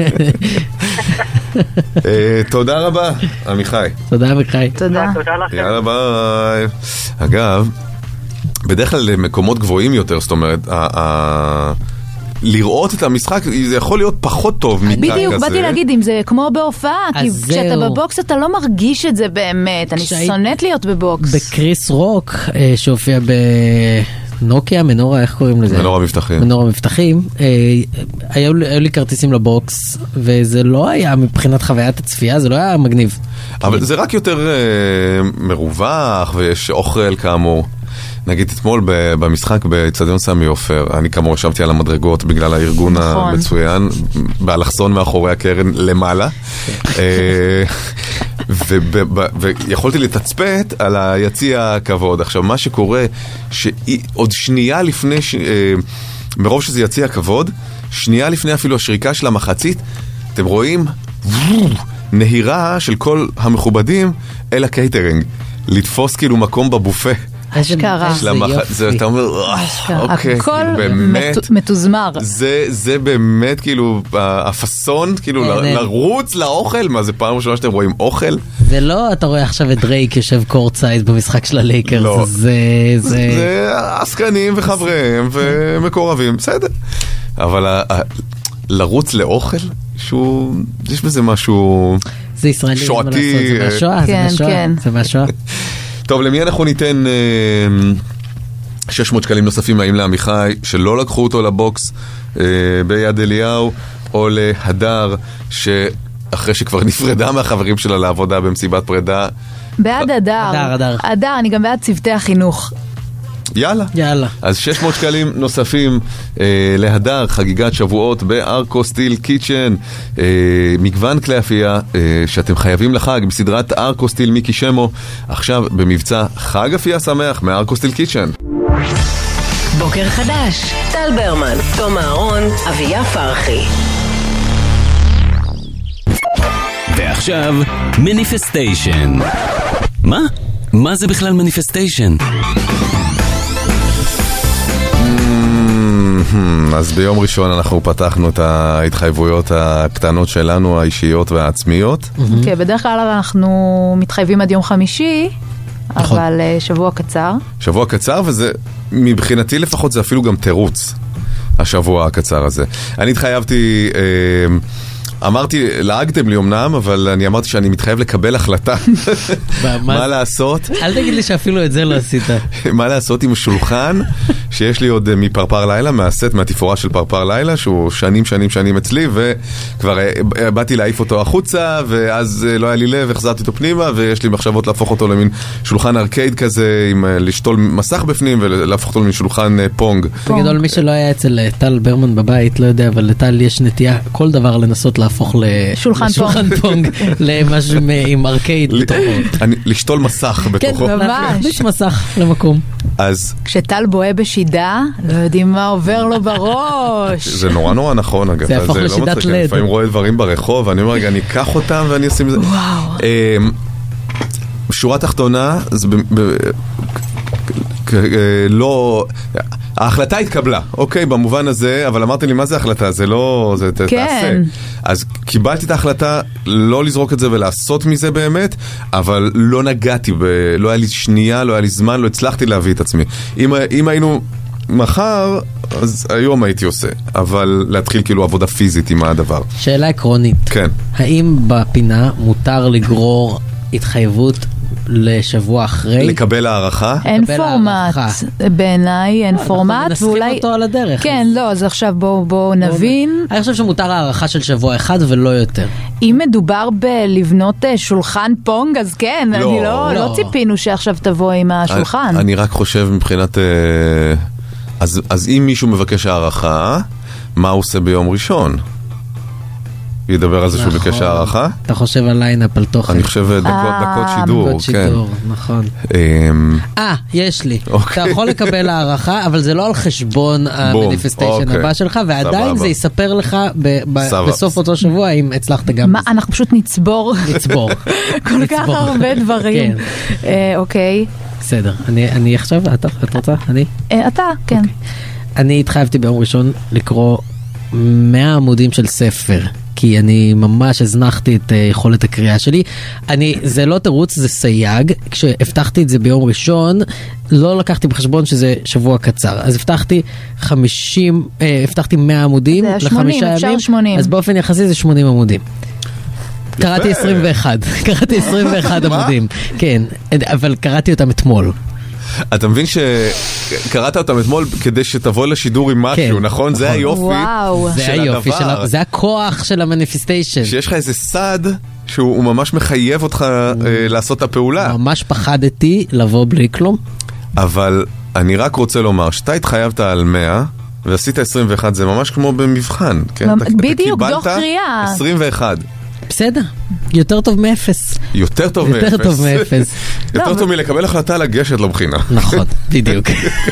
תודה רבה, עמיחי. תודה, עמיחי. תודה. תודה לכם. יאללה, ביי. אגב, בדרך כלל למקומות גבוהים יותר, זאת אומרת, לראות את המשחק, זה יכול להיות פחות טוב מכאן כזה. בדיוק, באתי להגיד, אם זה כמו בהופעה, כי כשאתה בבוקס אתה לא מרגיש את זה באמת, אני שונאת להיות בבוקס. בקריס רוק, שהופיע בנוקיה, מנורה, איך קוראים לזה? מנורה מבטחים. מנורה מבטחים, היו לי כרטיסים לבוקס, וזה לא היה מבחינת חוויית הצפייה, זה לא היה מגניב. אבל זה רק יותר מרווח, ויש אוכל כאמור. נגיד אתמול במשחק באצטדיון סמי עופר, אני כמובן ישבתי על המדרגות בגלל הארגון המצוין, באלכסון מאחורי הקרן למעלה, ויכולתי לתצפת על היציע הכבוד. עכשיו מה שקורה, שעוד שנייה לפני, מרוב שזה יציע הכבוד, שנייה לפני אפילו השריקה של המחצית, אתם רואים נהירה של כל המכובדים אל הקייטרינג, לתפוס כאילו מקום בבופה. אשכרה. זה אתה אומר, אוקיי, הכל מתוזמר. זה באמת כאילו הפסון, כאילו לרוץ לאוכל, מה זה פעם ראשונה שאתם רואים אוכל? זה לא, אתה רואה עכשיו את דרייק יושב קורטסייד במשחק של הלייקרס, זה... זה עסקנים וחבריהם ומקורבים, בסדר. אבל לרוץ לאוכל, יש בזה משהו שועתי. זה מהשואה, זה מהשואה, זה מהשואה. טוב, למי אנחנו ניתן אה, שש מאות שקלים נוספים, האם לעמיחי שלא לקחו אותו לבוקס אה, ביד אליהו, או להדר שאחרי שכבר נפרדה מהחברים שלה לעבודה במסיבת פרידה? בעד הדר. הדר, הדר. הדר, אני גם בעד צוותי החינוך. יאללה. יאללה. אז שש מאות שקלים נוספים אה, להדר, חגיגת שבועות בארקו סטיל קיצ'ן, אה, מגוון כלי אפייה אה, שאתם חייבים לחג בסדרת ארקו סטיל מיקי שמו, עכשיו במבצע חג אפייה שמח מארקו סטיל קיצ'ן. בוקר חדש, טל ברמן, תום אהרון, אביה פרחי. ועכשיו מניפסטיישן. מה? מה זה בכלל מניפסטיישן? אז ביום ראשון אנחנו פתחנו את ההתחייבויות הקטנות שלנו, האישיות והעצמיות. כן, בדרך כלל אנחנו מתחייבים עד יום חמישי, אבל שבוע קצר. שבוע קצר, וזה, מבחינתי לפחות זה אפילו גם תירוץ, השבוע הקצר הזה. אני התחייבתי... אמרתי, לעגתם לי אמנם, אבל אני אמרתי שאני מתחייב לקבל החלטה. מה לעשות? אל תגיד לי שאפילו את זה לא עשית. מה לעשות עם שולחן שיש לי עוד מפרפר לילה, מהסט, מהתפאורה של פרפר לילה, שהוא שנים שנים שנים אצלי, וכבר באתי להעיף אותו החוצה, ואז לא היה לי לב, החזרתי אותו פנימה, ויש לי מחשבות להפוך אותו למין שולחן ארקייד כזה, עם לשתול מסך בפנים, ולהפוך אותו למין שולחן פונג. בגדול, מי שלא היה אצל טל ברמן בבית, לא יודע, אבל לטל יש נטייה כל דבר לנסות להפוך לשולחן פונג, למשהו עם ארקייד בתוכו. לשתול מסך בתוכו. כן, ממש. יש מסך למקום. אז... כשטל בואה בשידה, לא יודעים מה עובר לו בראש. זה נורא נורא נכון, אגב. זה הפוך לשידת לד. אני לפעמים רואה דברים ברחוב, ואני אומר, רגע, אני אקח אותם ואני אשים את זה. וואו. שורה תחתונה, לא... ההחלטה התקבלה, אוקיי, במובן הזה, אבל אמרתי לי, מה זה החלטה? זה לא... זה תעשה. אז קיבלתי את ההחלטה לא לזרוק את זה ולעשות מזה באמת, אבל לא נגעתי, לא היה לי שנייה, לא היה לי זמן, לא הצלחתי להביא את עצמי. אם, אם היינו מחר, אז היום הייתי עושה, אבל להתחיל כאילו עבודה פיזית עם הדבר. שאלה עקרונית. כן. האם בפינה מותר לגרור התחייבות לשבוע אחרי? לקבל הערכה? אין פורמט. בעיניי אין פורמט. אנחנו מנסחים אותו על הדרך. כן, לא, אז עכשיו בואו נבין. אני חושב שמותר הערכה של שבוע אחד ולא יותר. אם מדובר בלבנות שולחן פונג, אז כן, אני לא ציפינו שעכשיו תבוא עם השולחן. אני רק חושב מבחינת... אז אם מישהו מבקש הערכה, מה הוא עושה ביום ראשון? ידבר על זה שהוא בקש הערכה? אתה חושב על ליינאפ על תוכן. אני חושב דקות שידור. דקות שידור, נכון. אה, יש לי. אתה יכול לקבל הערכה, אבל זה לא על חשבון המניפסטיישן הבא שלך, ועדיין זה יספר לך בסוף אותו שבוע אם הצלחת גם. מה, אנחנו פשוט נצבור. נצבור. כל כך הרבה דברים. אוקיי. בסדר. אני עכשיו, את רוצה? אני? אתה, כן. אני התחייבתי ביום ראשון לקרוא מאה עמודים של ספר. כי אני ממש הזנחתי את יכולת הקריאה שלי. אני, זה לא תירוץ, זה סייג. כשהבטחתי את זה ביום ראשון, לא לקחתי בחשבון שזה שבוע קצר. אז הבטחתי חמישים, אה, הבטחתי מאה עמודים לחמישה ימים. שמונים. אז באופן יחסי זה שמונים עמודים. קראתי עשרים ואחת. קראתי עשרים ואחת עמודים. כן, אבל קראתי אותם אתמול. אתה מבין שקראת אותם אתמול כדי שתבוא לשידור עם משהו, נכון? זה היופי של הדבר. זה הכוח של המניפיסטיישן. שיש לך איזה סד שהוא ממש מחייב אותך לעשות את הפעולה. ממש פחדתי לבוא בלי כלום. אבל אני רק רוצה לומר שאתה התחייבת על מאה ועשית עשרים ואחת, זה ממש כמו במבחן. בדיוק, דוח קריאה. עשרים ואחת. בסדר, יותר טוב מאפס. יותר טוב מאפס. יותר טוב מאפס. יותר טוב מלקבל החלטה לגשת לבחינה. נכון, בדיוק.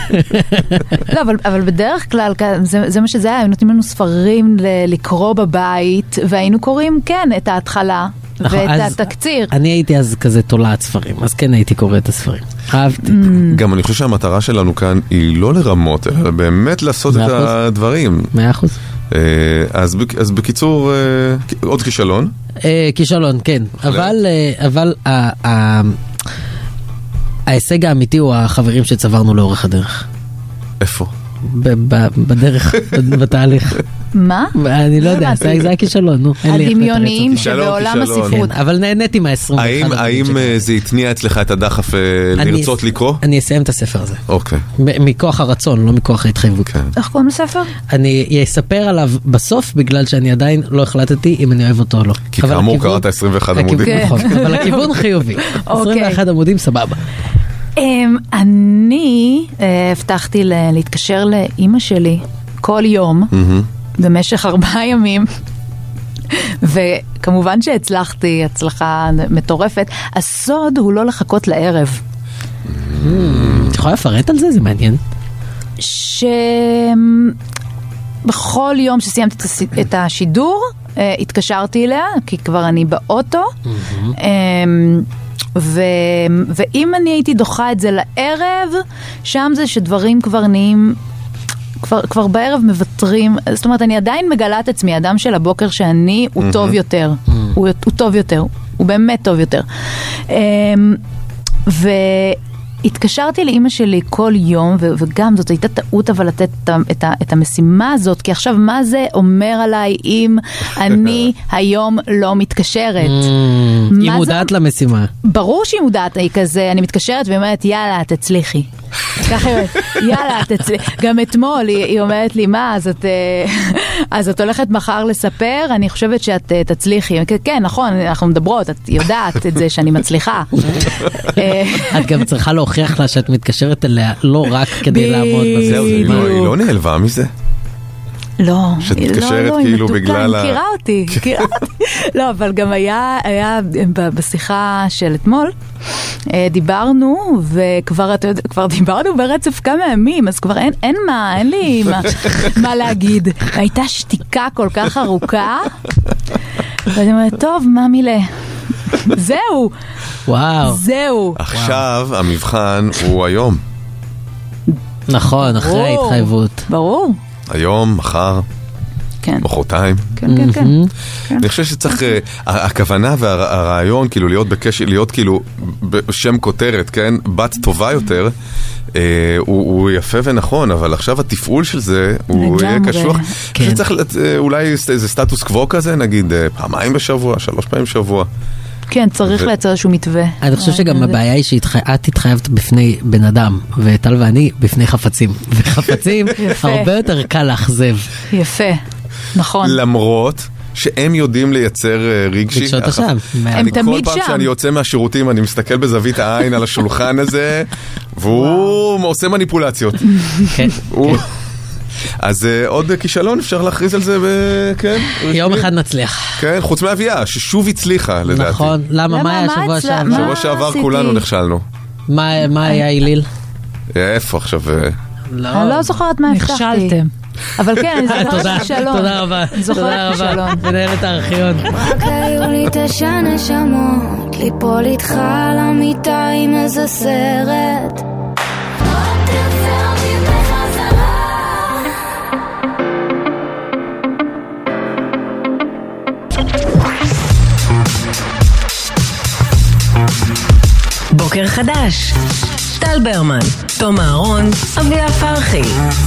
לא, אבל בדרך כלל, זה מה שזה היה, הם נותנים לנו ספרים לקרוא בבית, והיינו קוראים, כן, את ההתחלה, ואת התקציר. אני הייתי אז כזה תולעת ספרים, אז כן הייתי קורא את הספרים. אהבתי. גם אני חושב שהמטרה שלנו כאן היא לא לרמות, אלא באמת לעשות את הדברים. מאה אחוז. אז, אז בקיצור, עוד כישלון? כישלון, כן. אבל, אבל ההישג האמיתי הוא החברים שצברנו לאורך הדרך. איפה? בדרך, בתהליך. מה? אני לא יודע, זה היה כישלון, נו. הדמיוניים שבעולם הספרות. אבל נהניתי מה-עשרים ואחת. האם זה התניע אצלך את הדחף לרצות לקרוא? אני אסיים את הספר הזה. אוקיי. מכוח הרצון, לא מכוח ההתחייבות. איך קוראים לספר? אני אספר עליו בסוף, בגלל שאני עדיין לא החלטתי אם אני אוהב אותו או לא. כי כאמור קראת עשרים ואחת עמודים. אבל הכיוון חיובי. עשרים ואחת עמודים, סבבה. אני הבטחתי להתקשר לאמא שלי כל יום במשך ארבעה ימים, וכמובן שהצלחתי הצלחה מטורפת. הסוד הוא לא לחכות לערב. את יכולה לפרט על זה? זה מעניין. שבכל יום שסיימתי את השידור התקשרתי אליה, כי כבר אני באוטו, ו... ואם אני הייתי דוחה את זה לערב, שם זה שדברים כבר נהיים כבר, כבר בערב מבטרים, זאת אומרת, אני עדיין מגלה את עצמי, אדם של הבוקר שאני, הוא טוב יותר. הוא, הוא טוב יותר. הוא באמת טוב יותר. ו... התקשרתי לאמא שלי כל יום, ו- וגם זאת הייתה טעות אבל לתת את, את, את המשימה הזאת, כי עכשיו מה זה אומר עליי אם אני היום לא מתקשרת? Mm, היא מודעת זה... למשימה. ברור שהיא מודעת, היא כזה, אני מתקשרת ואומרת, יאללה, תצליחי. ככה היא אומרת, יאללה, תצליחי. גם אתמול היא, היא אומרת לי, מה, אז את, אז את הולכת מחר לספר, אני חושבת שאת תצליחי. כן, נכון, אנחנו מדברות, את יודעת את זה שאני מצליחה. את גם צריכה להוכיח לה שאת מתקשרת אליה, לא רק כדי לעמוד בזה. היא לא נעלבה מזה? לא. שתתקשרת כאילו בגלל ה... היא מכירה אותי. לא, אבל גם היה בשיחה של אתמול, דיברנו, וכבר דיברנו ברצף כמה ימים, אז כבר אין מה, אין לי מה להגיד. הייתה שתיקה כל כך ארוכה, ואני אומרת, טוב, מה מילה? זהו. וואו. זהו. עכשיו המבחן הוא היום. נכון, אחרי ההתחייבות. ברור. היום, מחר, כן. מחרתיים. כן, כן, כן. אני חושב שצריך, הכוונה והרעיון, כאילו להיות בקשר, להיות כאילו בשם כותרת, כן? בת טובה יותר, הוא יפה ונכון, אבל עכשיו התפעול של זה, הוא יהיה קשוח. שצריך אולי איזה סטטוס קוו כזה, נגיד פעמיים בשבוע, שלוש פעמים בשבוע. כן, צריך לייצר איזשהו מתווה. אני חושב שגם הבעיה היא שאת התחייבת בפני בן אדם, וטל ואני בפני חפצים. וחפצים הרבה יותר קל לאכזב. יפה, נכון. למרות שהם יודעים לייצר רגשי. רגשות השם. הם תמיד שם. כל פעם שאני יוצא מהשירותים, אני מסתכל בזווית העין על השולחן הזה, והוא עושה מניפולציות. כן, כן. אז עוד כישלון, אפשר להכריז על זה, כן? יום אחד נצליח. כן, חוץ מאביה, ששוב הצליחה, לדעתי. נכון, למה? מה היה שבוע שעבר? שבוע שעבר כולנו נכשלנו. מה היה איליל? איפה עכשיו? אני לא זוכרת מה הבטחתי. נכשלתם. אבל כן, אני זוכרת כישלון. תודה רבה. זוכרת כישלון. מנהלת הארכיון. רק היו לי תשע נשמות, ליפול איתך על המיטה עם איזה סרט. בוקר חדש, טל ברמן, תום אהרון, אביה פרחי.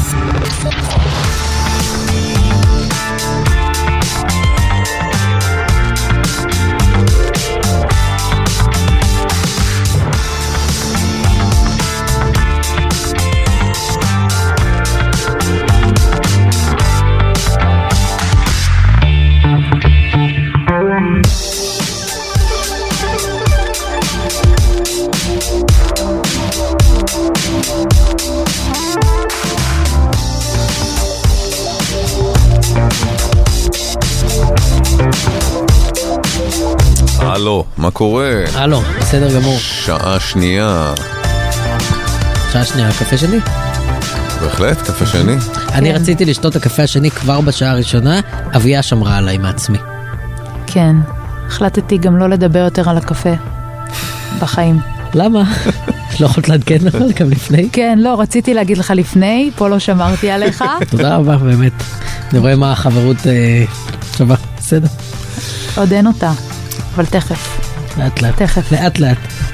הלו, מה קורה? הלו, בסדר גמור. שעה שנייה. שעה שנייה, קפה שני? בהחלט, קפה שני. אני רציתי לשתות את הקפה השני כבר בשעה הראשונה, אביה שמרה עליי מעצמי. כן, החלטתי גם לא לדבר יותר על הקפה בחיים. למה? לא יכולת לעדכן לך גם לפני? כן, לא, רציתי להגיד לך לפני, פה לא שמרתי עליך. תודה רבה, באמת. אני רואה מה החברות שווה, בסדר. עוד אין אותה. אבל תכף. לאט לאט. תכף. לאט לאט.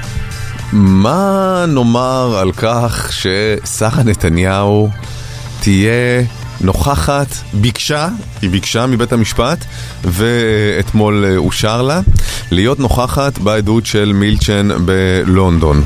מה נאמר על כך ששרה נתניהו תהיה נוכחת, ביקשה, היא ביקשה מבית המשפט, ואתמול אושר לה, להיות נוכחת בעדות של מילצ'ן בלונדון.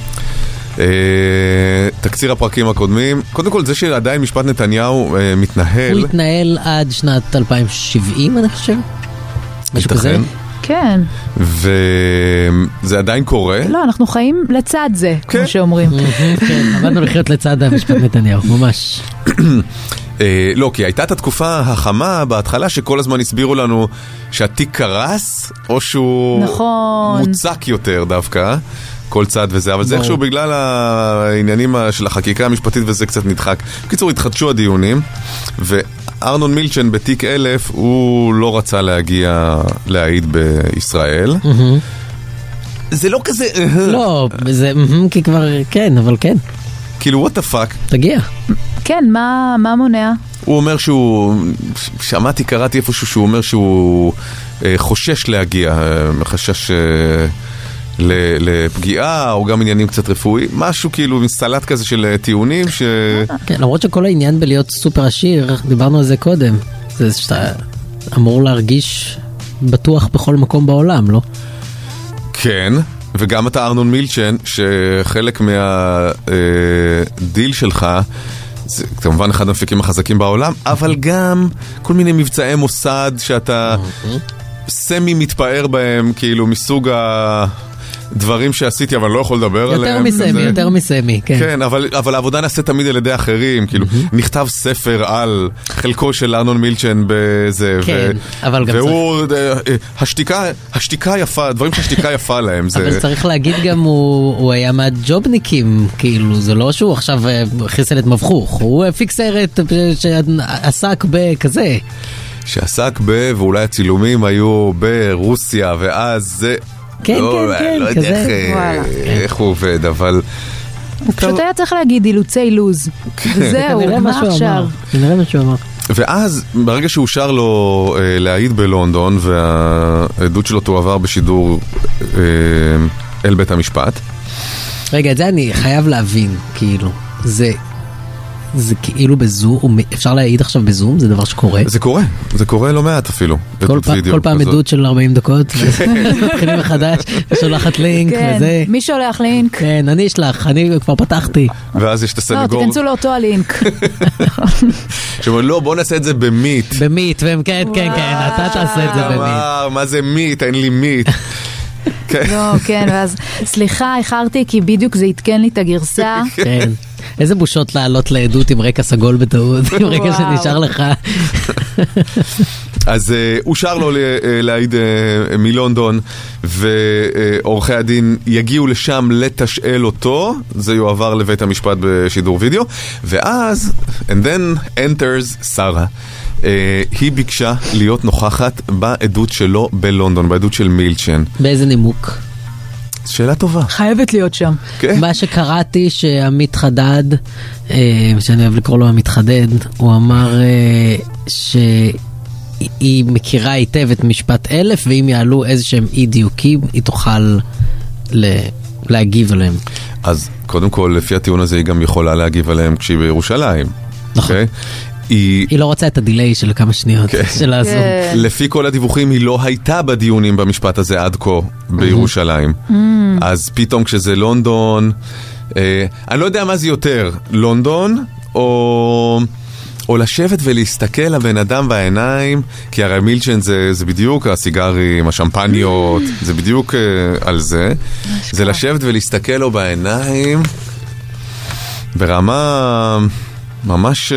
תקציר הפרקים הקודמים, קודם כל זה שעדיין משפט נתניהו מתנהל. הוא התנהל עד שנת אלפיים שבעים, אני חושב. משהו כזה? כן. וזה עדיין קורה. לא, אנחנו חיים לצד זה, כמו שאומרים. כן, עמדנו לחיות לצד המשפט נתניהו, ממש. לא, כי הייתה את התקופה החמה בהתחלה שכל הזמן הסבירו לנו שהתיק קרס, או שהוא מוצק יותר דווקא, כל צד וזה, אבל זה איכשהו בגלל העניינים של החקיקה המשפטית וזה קצת נדחק. בקיצור, התחדשו הדיונים, וארנון מילצ'ן בתיק אלף, הוא לא רצה להגיע להעיד בישראל. זה לא כזה... לא, זה כי כבר, כן, אבל כן. כאילו, what the fuck? תגיע. כן, מה, מה מונע? הוא אומר שהוא, שמעתי, קראתי איפשהו שהוא אומר שהוא אה, חושש להגיע, אה, חשש אה, לפגיעה, או גם עניינים קצת רפואי, משהו כאילו סלט כזה של טיעונים ש... כן, למרות שכל העניין בלהיות סופר עשיר, דיברנו על זה קודם, זה שאתה אמור להרגיש בטוח בכל מקום בעולם, לא? כן, וגם אתה ארנון מילצ'ן, שחלק מהדיל שלך, זה כמובן אחד המפיקים החזקים בעולם, אבל גם כל מיני מבצעי מוסד שאתה סמי מתפאר בהם, כאילו מסוג ה... דברים שעשיתי אבל לא יכול לדבר עליהם. יותר מסמי, יותר מסמי, כן. כן, אבל, אבל העבודה נעשית תמיד על ידי אחרים, כאילו, נכתב ספר על חלקו של ארנון מילצ'ן בזה, כן, אבל גם והוא, השתיקה, השתיקה יפה, דברים שהשתיקה יפה להם. אבל צריך להגיד גם, הוא היה מהג'ובניקים, כאילו, זה לא שהוא עכשיו חיסל את מבחוך, הוא הפיק סרט שעסק בכזה. שעסק ב, ואולי הצילומים היו ברוסיה, ואז זה... כן, לא, כן, כן, לא יודע איך, איך הוא עובד, אבל... הוא פשוט היה צריך להגיד אילוצי לוז. וזהו, מה עכשיו? נראה מה שהוא אמר. ואז, ברגע שהוא שר לו אה, להעיד בלונדון, והעדות שלו תועבר בשידור אה, אל בית המשפט. רגע, את זה אני חייב להבין, כאילו, זה... זה כאילו בזום, אפשר להעיד עכשיו בזום? זה דבר שקורה? זה קורה, זה קורה לא מעט אפילו. כל, פ... כל פעם עדות של ארבעים דקות, מתחילים מחדש, ושולחת לינק כן, וזה. מי שולח לינק? כן, אני אשלח, אני כבר פתחתי. ואז יש את הסנגור. לא, תכנסו לאותו הלינק. שאומר, לא, בוא נעשה את זה במיט. במיט, כן, כן, כן, אתה תעשה את זה במיט. מה זה מיט? אין לי מיט. לא, כן, ואז, סליחה, איחרתי, כי בדיוק זה יתקן לי את הגרסה. כן. איזה בושות לעלות לעדות עם רקע סגול בטעות, עם רקע שנשאר לך. אז הוא שר לו להעיד מלונדון, ועורכי הדין יגיעו לשם לתשאל אותו, זה יועבר לבית המשפט בשידור וידאו, ואז, and then enters שרה. היא ביקשה להיות נוכחת בעדות שלו בלונדון, בעדות של מילצ'ן. באיזה נימוק? שאלה טובה. חייבת להיות שם. מה שקראתי שעמית חדד, שאני אוהב לקרוא לו עמית חדד, הוא אמר שהיא מכירה היטב את משפט אלף, ואם יעלו איזה שהם אי דיוקים, היא תוכל להגיב עליהם. אז קודם כל, לפי הטיעון הזה, היא גם יכולה להגיב עליהם כשהיא בירושלים. נכון. היא... היא לא רוצה את הדיליי של כמה שניות של הזום. לפי כל הדיווחים היא לא הייתה בדיונים במשפט הזה עד כה בירושלים. אז פתאום כשזה לונדון, אני לא יודע מה זה יותר, לונדון או... או לשבת ולהסתכל לבן אדם בעיניים, כי הרי מילצ'ן זה, זה בדיוק הסיגרים, השמפניות, זה בדיוק על זה. זה לשבת ולהסתכל לו בעיניים ברמה... ממש...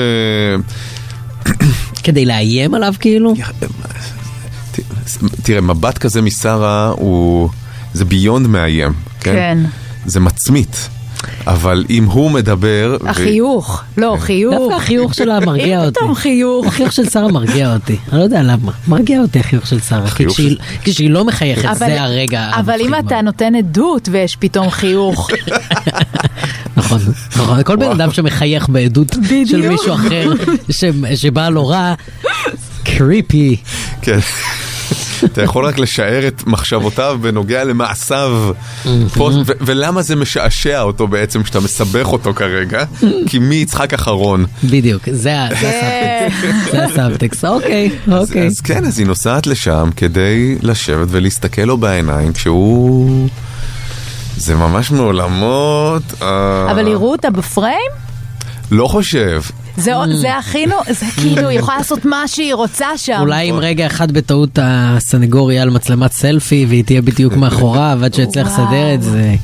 כדי לאיים עליו כאילו? תראה, מבט כזה משרה הוא... זה ביונד מאיים, כן? כן. זה מצמית. אבל אם הוא מדבר... החיוך, לא, חיוך. דווקא החיוך שלה מרגיע אותי. אם פתאום חיוך. החיוך של שרה מרגיע אותי. אני לא יודע למה. מרגיע אותי החיוך של שרה. כשהיא לא מחייכת, זה הרגע. אבל אם אתה נותן עדות ויש פתאום חיוך... נכון, נכון. כל בן אדם שמחייך בעדות של מישהו אחר שבא לו רע, קריפי. כן. אתה יכול רק לשער את מחשבותיו בנוגע למעשיו. ולמה זה משעשע אותו בעצם כשאתה מסבך אותו כרגע? כי מי יצחק אחרון? בדיוק, זה הסאבטקסט. זה הסאבטקסט, אוקיי, אוקיי. אז כן, אז היא נוסעת לשם כדי לשבת ולהסתכל לו בעיניים כשהוא... זה ממש מעולמות... אבל יראו אותה בפריים? לא חושב. זה הכינו, זה כאילו, היא יכולה לעשות מה שהיא רוצה שם. אולי עם רגע אחד בטעות הסנגור יהיה על מצלמת סלפי, והיא תהיה בדיוק מאחורה, ועד שהצליח לסדר את זה.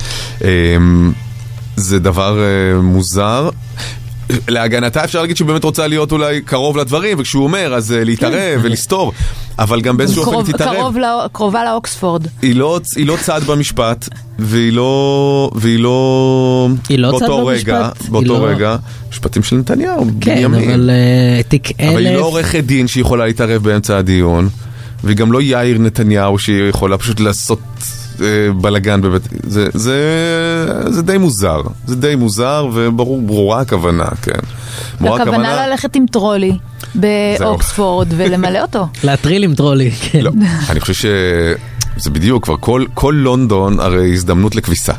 זה דבר מוזר. להגנתה אפשר להגיד שבאמת רוצה להיות אולי קרוב לדברים, וכשהוא אומר, אז להתערב ולסתור. אבל גם באיזשהו אופן תתערב. קרובה לאוקספורד. היא לא צעד במשפט, והיא לא... והיא לא... היא לא צעד במשפט. באותו רגע, משפטים של נתניהו, כן, אבל תיק אלף... אבל היא לא עורכת דין שיכולה להתערב באמצע הדיון, והיא גם לא יאיר נתניהו שהיא יכולה פשוט לעשות בלגן בבית... זה, זה, זה די מוזר. זה די מוזר, וברור, ברורה הכוונה, כן. הכוונה הכוונה ללכת עם טרולי באוקספורד ולמלא אותו. להטריל עם טרולי, כן. לא, אני חושב שזה בדיוק, כבר כל, כל לונדון הרי הזדמנות לכביסה.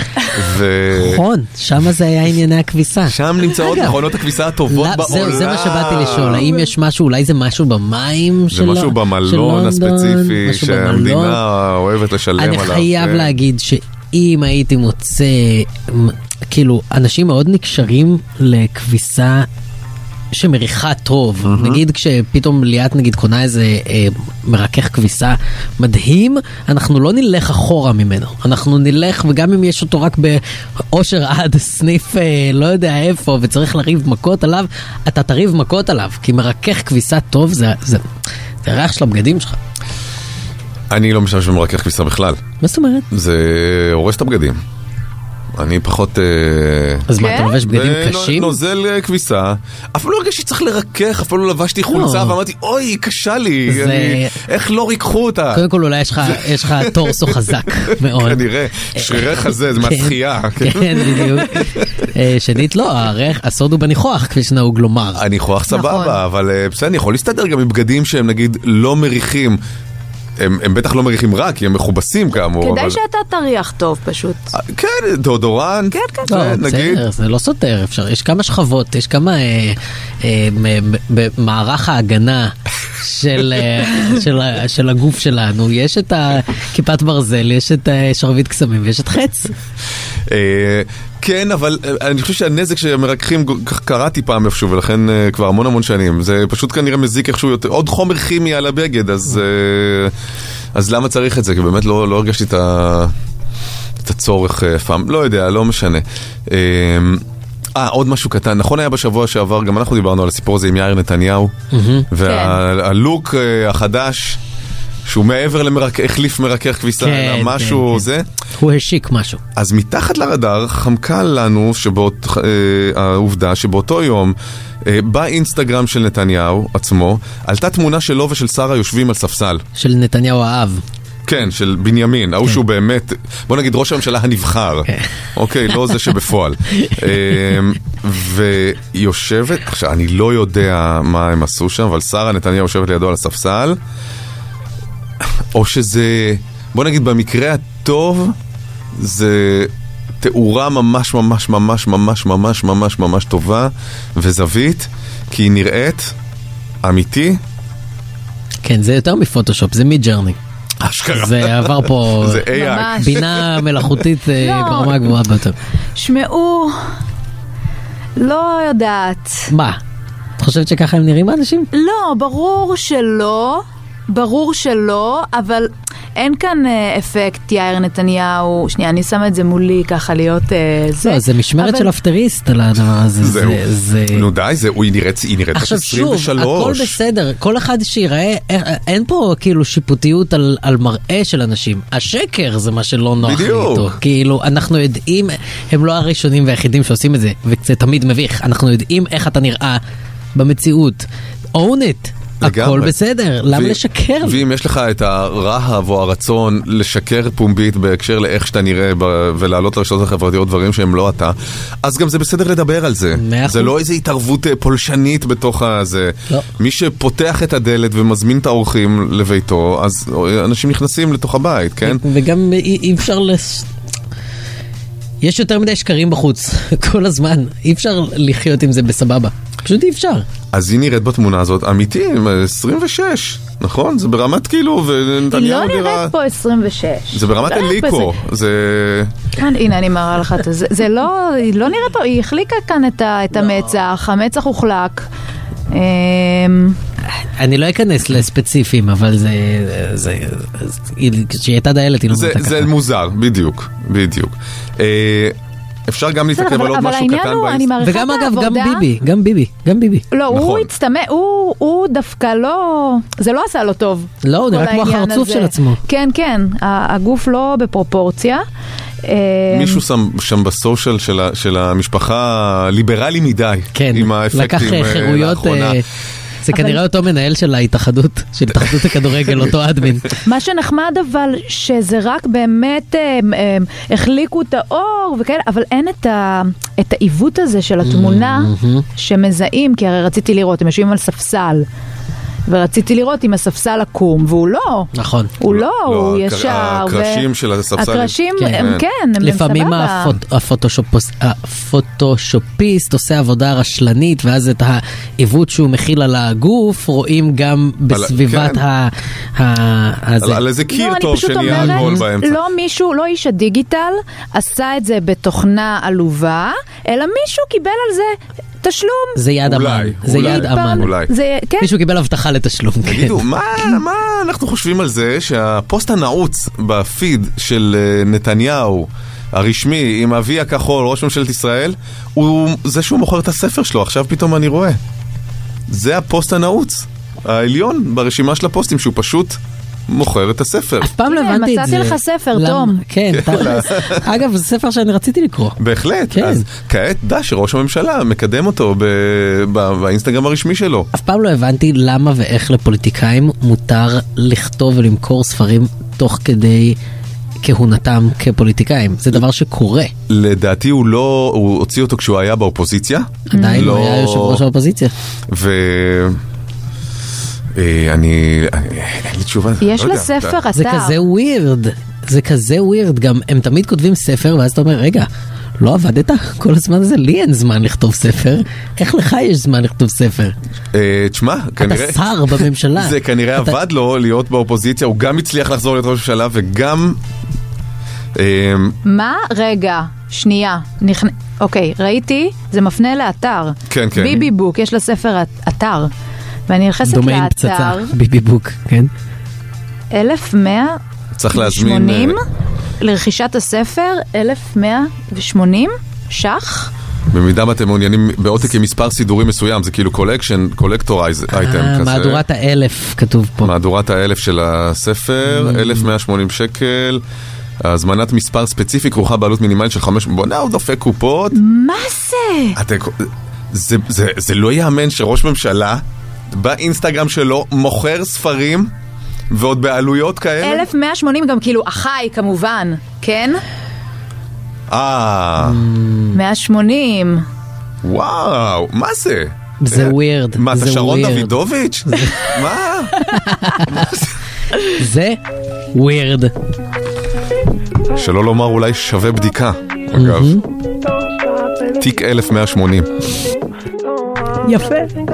נכון, שם זה היה ענייני הכביסה. שם נמצאות מכונות הכביסה הטובות בעולם. זה מה שבאתי לשאול, האם יש משהו, אולי זה משהו במים של לונדון? זה משהו במלון הספציפי שהמדינה אוהבת לשלם עליו. אני חייב להגיד שאם הייתי מוצא, כאילו, אנשים מאוד נקשרים לכביסה שמריחה טוב. Mm-hmm. נגיד כשפתאום ליאת נגיד קונה איזה אה, מרכך כביסה מדהים, אנחנו לא נלך אחורה ממנו. אנחנו נלך, וגם אם יש אותו רק באושר עד סניף אה, לא יודע איפה, וצריך לריב מכות עליו, אתה תריב מכות עליו, כי מרכך כביסה טוב זה, זה, זה הריח של הבגדים שלך. אני לא משתמש במרכך כביסה בכלל. מה זאת אומרת? זה הורס את הבגדים. אני פחות... אז מה, אתה לובש בגדים קשים? נוזל כביסה. אפילו לא הרגשתי צריך לרכך, אפילו לא לבשתי חולצה, ואמרתי, אוי, קשה לי. איך לא ריקחו אותה? קודם כל, אולי יש לך טורסו חזק מאוד. כנראה, שרירי חזה, זה מהשחייה. כן, בדיוק. שנית, לא, הסוד הוא בניחוח, כפי שנהוג לומר. הניחוח סבבה, אבל בסדר, אני יכול להסתדר גם עם בגדים שהם נגיד לא מריחים. הם, הם בטח לא מריחים רע, כי הם מכובסים כאמור. כדאי אבל... שאתה תריח טוב פשוט. כן, דאודורנט. כן, כן. לא, נגיד. זה לא סותר, אפשר. יש כמה שכבות, יש כמה אה, אה, במערך ההגנה של, אה, של, של הגוף שלנו. יש את כיפת ברזל, יש את שרביט קסמים, ויש את חץ. אה... כן, אבל אני חושב שהנזק שמרככים קראתי פעם איפשהו, ולכן כבר המון המון שנים. זה פשוט כנראה מזיק איכשהו יותר, עוד חומר כימי על הבגד, אז, אז למה צריך את זה? כי באמת לא, לא הרגשתי את, ה, את הצורך פעם. לא יודע, לא משנה. אה, עוד משהו קטן. נכון היה בשבוע שעבר, גם אנחנו דיברנו על הסיפור הזה עם יאיר נתניהו, והלוק החדש, שהוא מעבר למרכך, החליף מרכך כביסה, כן, משהו כן, זה. הוא השיק משהו. אז מתחת לרדאר חמקה לנו שבאות, אה, העובדה שבאותו יום אה, באינסטגרם של נתניהו עצמו עלתה תמונה שלו ושל שרה יושבים על ספסל. של נתניהו האב. כן, של בנימין, ההוא שהוא באמת, בוא נגיד ראש הממשלה הנבחר, אוקיי, לא זה שבפועל. ויושבת, עכשיו אני לא יודע מה הם עשו שם, אבל שרה נתניהו יושבת לידו על הספסל, או שזה, בוא נגיד במקרה הטוב, זה תאורה ממש ממש ממש ממש ממש ממש ממש טובה וזווית, כי היא נראית אמיתי. כן, זה יותר מפוטושופ, זה מידג'רני. אשכרה. זה עבר פה זה איי איי. בינה מלאכותית ברמה הגבוהה ביותר. שמעו, לא יודעת. מה? את חושבת שככה הם נראים האנשים? לא, ברור שלא. ברור שלא, אבל אין כאן אה, אפקט יאיר נתניהו. שנייה, אני שמה את זה מולי ככה להיות אה, זה. לא, זה משמרת אבל... של אפטריסט על הדבר הזה. זהו. זה, זה... נו די, זה, הוא נראית, היא נראית עכשיו עשרים ושלוש. שוב, הכל בסדר. כל אחד שיראה, אין פה כאילו שיפוטיות על, על מראה של אנשים. השקר זה מה שלא נוח לי איתו. כאילו, אנחנו יודעים, הם לא הראשונים והיחידים שעושים את זה, וזה תמיד מביך. אנחנו יודעים איך אתה נראה במציאות. own it. הכל בסדר, למה לשקר? ואם יש לך את הרהב או הרצון לשקר פומבית בהקשר לאיך שאתה נראה ולהעלות לרשתות החברתיות דברים שהם לא אתה, אז גם זה בסדר לדבר על זה. זה לא איזו התערבות פולשנית בתוך הזה. מי שפותח את הדלת ומזמין את האורחים לביתו, אז אנשים נכנסים לתוך הבית, כן? וגם אי אפשר לס... יש יותר מדי שקרים בחוץ, כל הזמן. אי אפשר לחיות עם זה בסבבה. פשוט אי אפשר. אז היא נראית בתמונה הזאת אמיתי, עשרים ושש, נכון? זה ברמת כאילו, היא לא נראית פה עשרים ושש. זה ברמת אליקו. זה... הנה, אני מראה לך את זה. זה לא, היא לא נראית פה, היא החליקה כאן את המצח, המצח הוחלק. אני לא אכנס לספציפיים, אבל זה, זה, כשהיא הייתה דיילת, היא לא נראית ככה. זה מוזר, בדיוק, בדיוק. אפשר גם להתעכב על עוד משהו קטן באינסטגרם. וגם אגב, גם ביבי, גם ביבי, גם ביבי. לא, הוא הצטמא, הוא דווקא לא, זה לא עשה לו טוב. לא, הוא נראה כמו החרצוף של עצמו. כן, כן, הגוף לא בפרופורציה. מישהו שם בסושיאל של המשפחה ליברלי מדי, עם האפקטים לאחרונה. זה כנראה אותו מנהל של ההתאחדות, של התאחדות הכדורגל, אותו אדמין. מה שנחמד אבל, שזה רק באמת הם, הם, החליקו את האור וכאלה, אבל אין את, ה, את העיוות הזה של התמונה שמזהים, כי הרי רציתי לראות, הם יושבים על ספסל, ורציתי לראות אם הספסל עקום, והוא לא. נכון. הוא לא, הוא ישר. הקרשים של הספסלים. הקרשים, הם כן, הם סבבה. לפעמים הפוטושופיסט עושה עבודה רשלנית, ואז את העיוות שהוא מכיל על הגוף, רואים גם בסביבת ה... על איזה קיר טוב שנהיה אלכוהול באמצע. לא מישהו, לא איש הדיגיטל, עשה את זה בתוכנה עלובה, אלא מישהו קיבל על זה... תשלום. זה יד אמן. זה יד אמן. מישהו קיבל הבטחה לתשלום. תגידו, מה אנחנו חושבים על זה שהפוסט הנעוץ בפיד של נתניהו הרשמי עם אבי הכחול, ראש ממשלת ישראל, הוא זה שהוא מוכר את הספר שלו, עכשיו פתאום אני רואה. זה הפוסט הנעוץ העליון ברשימה של הפוסטים, שהוא פשוט מוכר את הספר. אף פעם לא הבנתי את זה. מצאתי לך ספר, תום. כן, אגב, זה ספר שאני רציתי לקרוא. בהחלט. אז כעת דע שראש הממשלה מקדם אותו באינסטגרם הרשמי שלו. אף פעם לא הבנתי למה ואיך לפוליטיקאים מותר לכתוב ולמכור ספרים תוך כדי כהונתם כפוליטיקאים. זה דבר שקורה. לדעתי הוא לא, הוא הוציא אותו כשהוא היה באופוזיציה. עדיין הוא היה יושב ראש האופוזיציה. ו... אני, אין לי תשובה. יש לספר אתר. זה כזה ווירד, זה כזה ווירד, גם הם תמיד כותבים ספר, ואז אתה אומר, רגע, לא עבדת כל הזמן הזה? לי אין זמן לכתוב ספר, איך לך יש זמן לכתוב ספר? תשמע, כנראה... אתה שר בממשלה. זה כנראה עבד לו להיות באופוזיציה, הוא גם הצליח לחזור להיות ראש הממשלה, וגם... מה? רגע, שנייה. אוקיי, ראיתי, זה מפנה לאתר. כן, כן. ביבי בוק, יש לספר אתר. ואני נכנסת לאתר... דומיין פצצה, ביבי בוק, כן? אלף מאה ושמונים לרכישת הספר, אלף מאה ושמונים שח. במידה אתם מעוניינים בעותק עם מספר סידורי מסוים, זה כאילו קולקשן, קולקטור אייטם כזה. מהדורת האלף כתוב פה. מהדורת האלף של הספר, אלף מאה ושמונים שקל. הזמנת מספר ספציפי כרוכה בעלות מינימלית של חמש... בוא נעוד דופק קופות. מה זה? זה, זה, זה לא יאמן שראש ממשלה באינסטגרם שלו מוכר ספרים ועוד בעלויות כאלה? אלף מאה ושמונים גם כאילו אחי כמובן, כן? אה... מאה ושמונים. וואו, מה זה? זה ווירד. מה, אתה שרון דוידוביץ'? מה? זה ווירד. שלא לומר אולי שווה בדיקה, אגב. תיק אלף מאה ושמונים. יפה.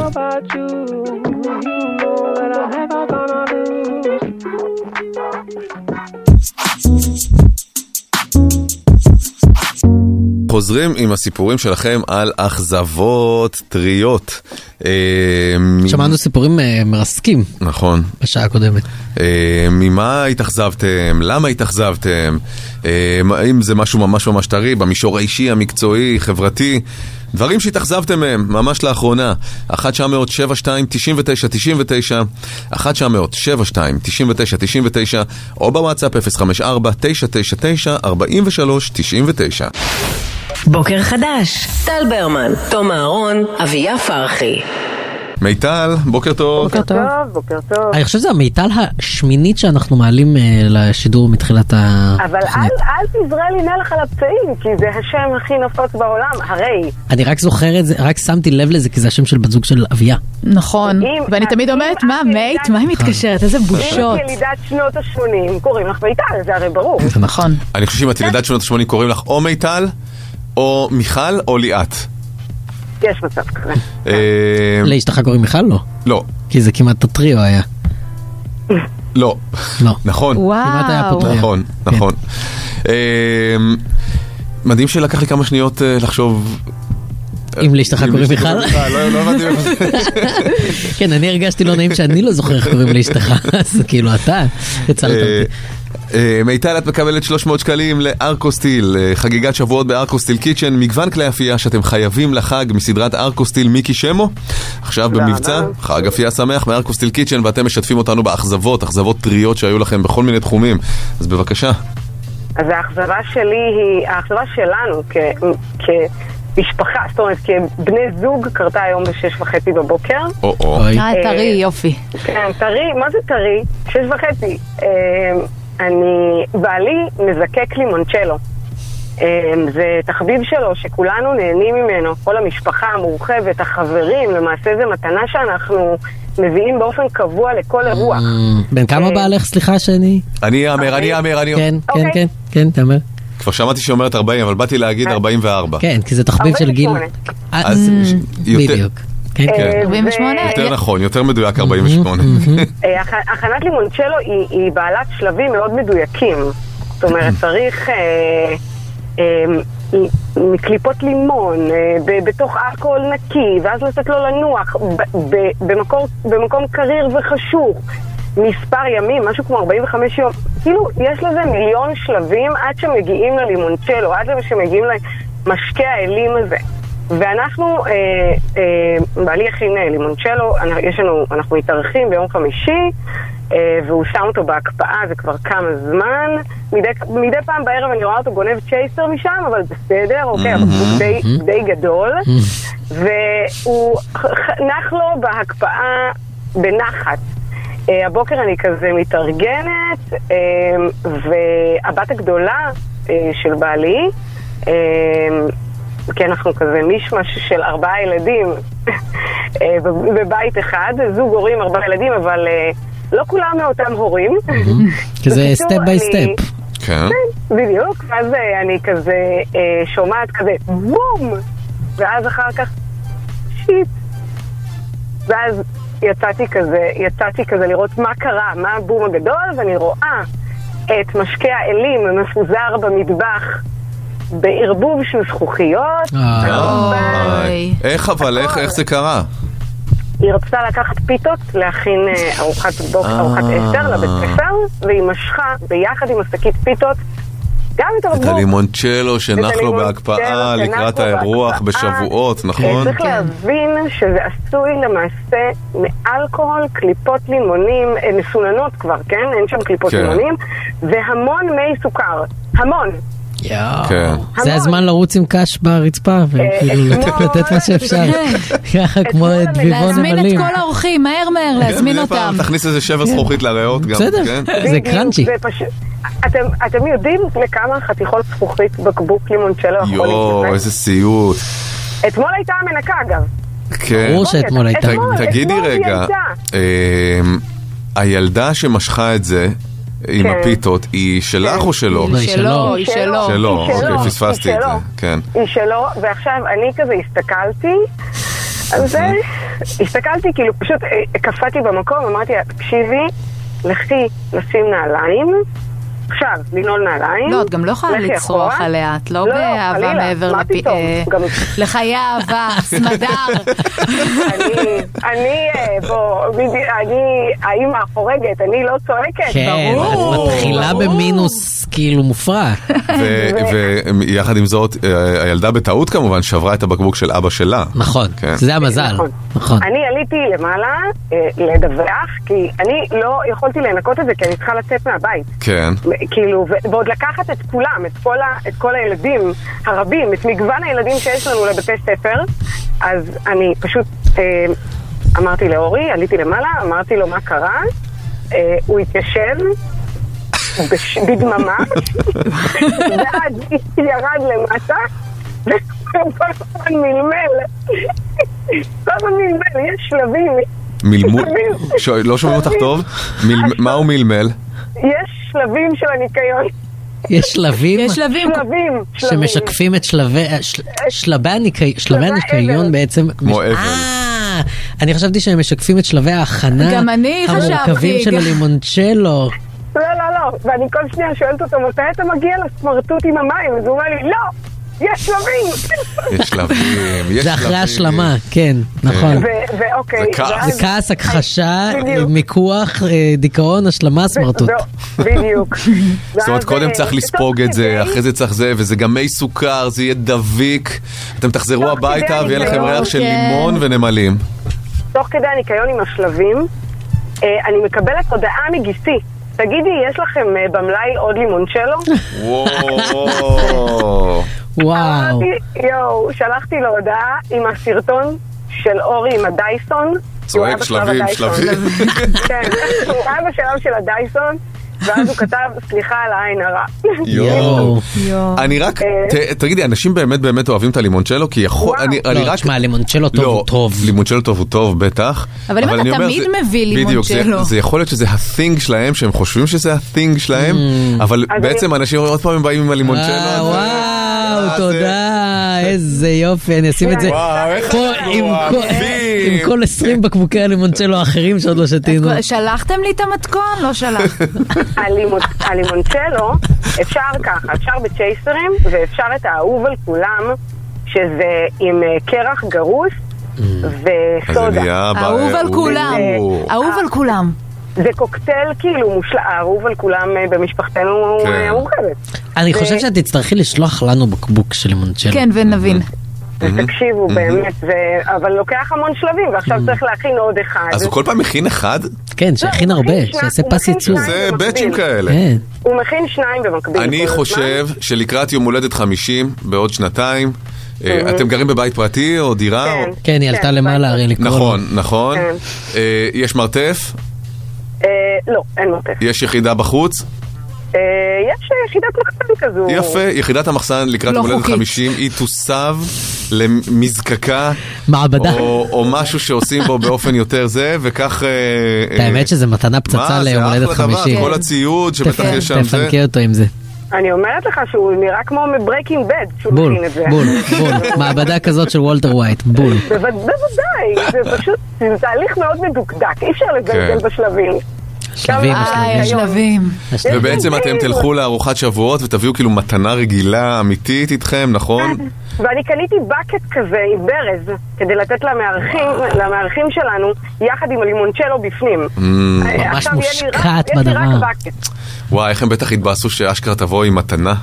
חוזרים עם הסיפורים שלכם על אכזבות טריות. שמענו סיפורים מרסקים. נכון. בשעה הקודמת. ממה התאכזבתם? למה התאכזבתם? אם זה משהו ממש ממש טרי, במישור האישי, המקצועי, חברתי, דברים שהתאכזבתם מהם, ממש לאחרונה. אחת תשע אפס אפס שבע שתיים תשעים ותשע תשעים ותשע, אחת תשע אפס אפס שבע שתיים תשעים ותשע תשעים ותשע, או בוואטסאפ אפס חמש ארבע תשע תשע תשע ארבע ושלוש תשעים ותשע. בוקר חדש, טל ברמן, תום אהרון, אביה פרחי. מיטל, בוקר טוב. בוקר טוב. בוקר טוב. אני חושב שזה המיטל השמינית שאנחנו מעלים לשידור מתחילת התוכנית. אבל אל תזרה לי מלח על הפצעים, כי זה השם הכי נפוץ בעולם, הרי. אני רק זוכר את זה, רק שמתי לב לזה, כי זה השם של בת זוג של אביה. נכון, ואני תמיד אומרת, מה, מייט? מה היא מתקשרת? איזה בושות. אם ילידת שנות ה-שמונים, קוראים לך מיטל, זה הרי ברור. זה נכון. אני חושב שאם את ילידת שנות ה-שמונים קוראים לך או מיטל, או מיכל, או ליאת. יש מצב כזה. לאשתך קוראים מיכל? לא. לא. כי זה כמעט הטריו היה. לא. לא. נכון. כמעט היה פה טריו. נכון, נכון. מדהים שלקח לי כמה שניות לחשוב... אם לאשתך קוראים מיכל? לא, לא הבנתי. כן, אני הרגשתי לא נעים שאני לא זוכר איך קוראים לאשתך. אז כאילו אתה הצלת אותי. מיטל, את מקבלת שלוש מאות שקלים לארקוסטיל, חגיגת שבועות בארקוסטיל קיצ'ן, מגוון כלי אפייה שאתם חייבים לחג מסדרת ארקוסטיל מיקי שמו. עכשיו במבצע, חג אפייה שמח מארקוסטיל קיצ'ן, ואתם משתפים אותנו באכזבות, אכזבות טריות שהיו לכם בכל מיני תחומים. אז בבקשה. אז האכזבה שלי היא, האכזבה שלנו כ... משפחה, זאת אומרת, כי הם בני זוג, קרתה היום בשש וחצי בבוקר. או או. אה, טרי, יופי. כן, טרי, מה זה טרי? שש וחצי. אני, בעלי מזקק לימונצ'לו. זה תחביב שלו שכולנו נהנים ממנו, כל המשפחה המורחבת, החברים, למעשה זה מתנה שאנחנו מביאים באופן קבוע לכל אירוע. בין כמה בעלך, סליחה שאני? אני אאמר, אני אאמר, אני... כן, כן, כן, כן, תאמר. כבר שמעתי שאומרת ארבעים, אבל באתי להגיד ארבעים וארבע. כן, כי זה תחביב של גיל. אז בדיוק. ארבעים ושמונה? יותר נכון, יותר מדויק ארבעים ושמונה. הכנת לימונצ'לו היא בעלת שלבים מאוד מדויקים. זאת אומרת, צריך מקליפות לימון בתוך אלכוהול נקי, ואז לתת לו לנוח במקום קריר וחשוך מספר ימים, משהו כמו ארבעים וחמישה יום. כאילו, יש לזה מיליון שלבים עד שמגיעים ללימונצ'לו, עד שמגיעים למשקה האלים הזה. ואנחנו, אה, אה, בעלי הכין לימונצ'לו, יש לנו, אנחנו מתארחים ביום חמישי, אה, והוא שם אותו בהקפאה, זה כבר כמה זמן. מדי, מדי פעם בערב אני רואה אותו גונב צ'ייסר משם, אבל בסדר, אוקיי, אבל הוא די, די גדול. והוא נח לו בהקפאה בנחת. Uh, הבוקר אני כזה מתארגנת, uh, והבת הגדולה uh, של בעלי, uh, כי אנחנו כזה מישמש של ארבעה ילדים uh, בבית אחד, זוג הורים, ארבעה ילדים, אבל uh, לא כולם מאותם הורים. כזה סטפ ביי סטפ. כן. בדיוק, ואז uh, אני כזה uh, שומעת כזה בום, ואז אחר כך שיט, ואז יצאתי כזה, יצאתי כזה לראות מה קרה, מה הבום הגדול, ואני רואה את משקה האלים מפוזר במטבח בערבוב של זכוכיות. איך אבל, איך זה קרה? היא רצתה לקחת פיתות, להכין ארוחת בוקר, ארוחת עשר לבית ספר, והיא משכה ביחד עם השקית פיתות גם את הבקבוק. את הלימונצ'לו שנח לו בהקפאה לקראת האירוח בשבועות, נכון? צריך להבין שזה עשוי למעשה מאלכוהול, קליפות לימונים, מסוננות כבר, כן? אין שם קליפות לימונים, והמון מי סוכר. המון. זה הזמן לרוץ עם קש ברצפה וכאילו לתת מה שאפשר. ככה כמו דביבון נמלים. להזמין את כל האורחים, מהר מהר, להזמין אותם. תכניס איזה שבר זכוכית לריאות גם. בסדר, זה קרנצ'י. אתם, אתם יודעים לכמה חתיכות זכוכית בקבוק לימונצ'לו יכול להתנפק? יואו, איזה סיוט. אתמול הייתה המנקה אגב. כן. ברור שאתמול הייתה. תגידי רגע, הילדה שמשכה את זה עם הפיתות, היא שלך או שלו? היא שלו, היא שלו. שלו, אוקיי, פספסתי את זה, כן. היא שלו, ועכשיו אני כזה הסתכלתי, אז הסתכלתי, כאילו פשוט קפאתי במקום, אמרתי, תקשיבי, לכי לשים נעליים, עכשיו, לנעול נעליים. לא, את גם לא יכולה לצרוח עליה, את לא באהבה מעבר לחיי אהבה, סמדר. אני, בוא, אני, האמא החורגת, אני לא צועקת. כן, את מתחילה במינוס כאילו מופרע. ויחד עם זאת, הילדה בטעות כמובן שברה את הבקבוק של אבא שלה. נכון, זה המזל. אני עליתי למעלה לדווח, כי אני לא יכולתי לנקות את זה, כי אני צריכה לצאת מהבית. כן. כאילו, ועוד לקחת את כולם, את כל, ה, את כל הילדים הרבים, את מגוון הילדים שיש לנו לבתי ספר, אז אני פשוט אה, אמרתי לאורי, עליתי למעלה, אמרתי לו מה קרה, אה, הוא התיישב בש, בדממה, ואז ירד למטה, וכל הזמן מלמל, כל הזמן מלמל, יש שלבים. מלמול, לא שומעים אותך טוב? מה הוא מלמל? יש שלבים של הניקיון. יש שלבים? יש שלבים. שלבים. שמשקפים את שלבי, שלבי הניקיון בעצם. כמו אבן. אה, אני חשבתי שהם משקפים את שלבי ההכנה. גם אני חשבתי. המורכבים של הלימונצ'לו. לא, לא, לא. ואני כל שניה שואלת אותו, מתי אתה מגיע לסמרטוט עם המים? אז הוא אומר לי, לא! יש שלבים! יש שלבים, יש שלבים. זה אחרי השלמה, כן, נכון. ואוקיי. זה כעס, הכחשה, מיקוח, דיכאון, השלמה, סמרטוט. בדיוק. זאת אומרת, קודם צריך לספוג את זה, אחרי זה צריך זה, וזה גם מי סוכר, זה יהיה דביק. אתם תחזרו הביתה ויהיה לכם ריח של לימון ונמלים. תוך כדי הניקיון עם השלבים, אני מקבלת הודעה מגיסי. תגידי, יש לכם במלאי עוד לימונצ'לו? וואו. וואו. אמרתי, יואו, שלחתי לו הודעה עם הסרטון של אורי עם הדייסון. צועק, שלבים, שלבים. כן, הוא היה בשלב של הדייסון, ואז הוא כתב, סליחה על העין הרע. יואו. אני רק, תגידי, אנשים באמת באמת אוהבים את הלימונצ'לו? כי יכול, אני רק... לא, תשמע, לימונצ'לו טוב הוא טוב. לימונצ'לו טוב הוא טוב, בטח. אבל אם אתה תמיד מביא לימונצ'לו. זה יכול להיות שזה ה-thing שלהם, שהם חושבים שזה ה-thing שלהם, אבל בעצם אנשים עוד פעם הם באים עם הלימונצ'לו. וואו, תודה, איזה יופי, אני אשים את זה פה עם כל עשרים בקבוקי הלימונצ'לו האחרים שעוד לא שתינו. שלחתם לי את המתכון? לא שלחתם. הלימונצ'לו אפשר ככה, אפשר בצ'ייסרים ואפשר את האהוב על כולם, שזה עם קרח גרוס וסודה. אהוב על כולם, אהוב על כולם. זה קוקטייל כאילו מושלם, אהוב על כולם במשפחתנו המורחבת. אני חושב שאת תצטרכי לשלוח לנו בקבוק של לימונצ'לו. כן, ונבין. תקשיבו באמת, אבל לוקח המון שלבים, ועכשיו צריך להכין עוד אחד. אז הוא כל פעם מכין אחד? כן, שיכין הרבה, שיעשה פס ייצור. זה בצ'ים כאלה. הוא מכין שניים במקביל. אני חושב שלקראת יום הולדת חמישים, בעוד שנתיים, אתם גרים בבית פרטי או דירה? כן, היא עלתה למעלה הרי לקרוא. נכון, נכון. יש מרתף? לא, אין מרתף. יש יחידה בחוץ? יש יחידת מחסן כזו. יפה, יחידת המחסן לקראת יום הולדת חמישים היא תוסב למזקקה מעבדה או משהו שעושים בו באופן יותר זה, וכך האמת שזה מתנה פצצה ליום הולדת חמישים. כל הציוד שבטח יש שם זה. תפנקי אותו עם זה. אני אומרת לך שהוא נראה כמו מברקינג בד. בול, בול, בול. מעבדה כזאת של וולטר ווייט, בול. בוודאי, זה פשוט תהליך מאוד מדוקדק, אי אפשר לגלגל בשלבים. שלבים, שלבים. ובעצם אתם תלכו לארוחת שבועות ותביאו כאילו מתנה רגילה אמיתית איתכם, נכון? ואני קניתי בקט כזה עם ברז כדי לתת למארחים שלנו יחד עם הלימונצ'לו בפנים. ממש מושקעת בדבר. וואי, איך הם בטח התבאסו שאשכרה תבוא עם מתנה.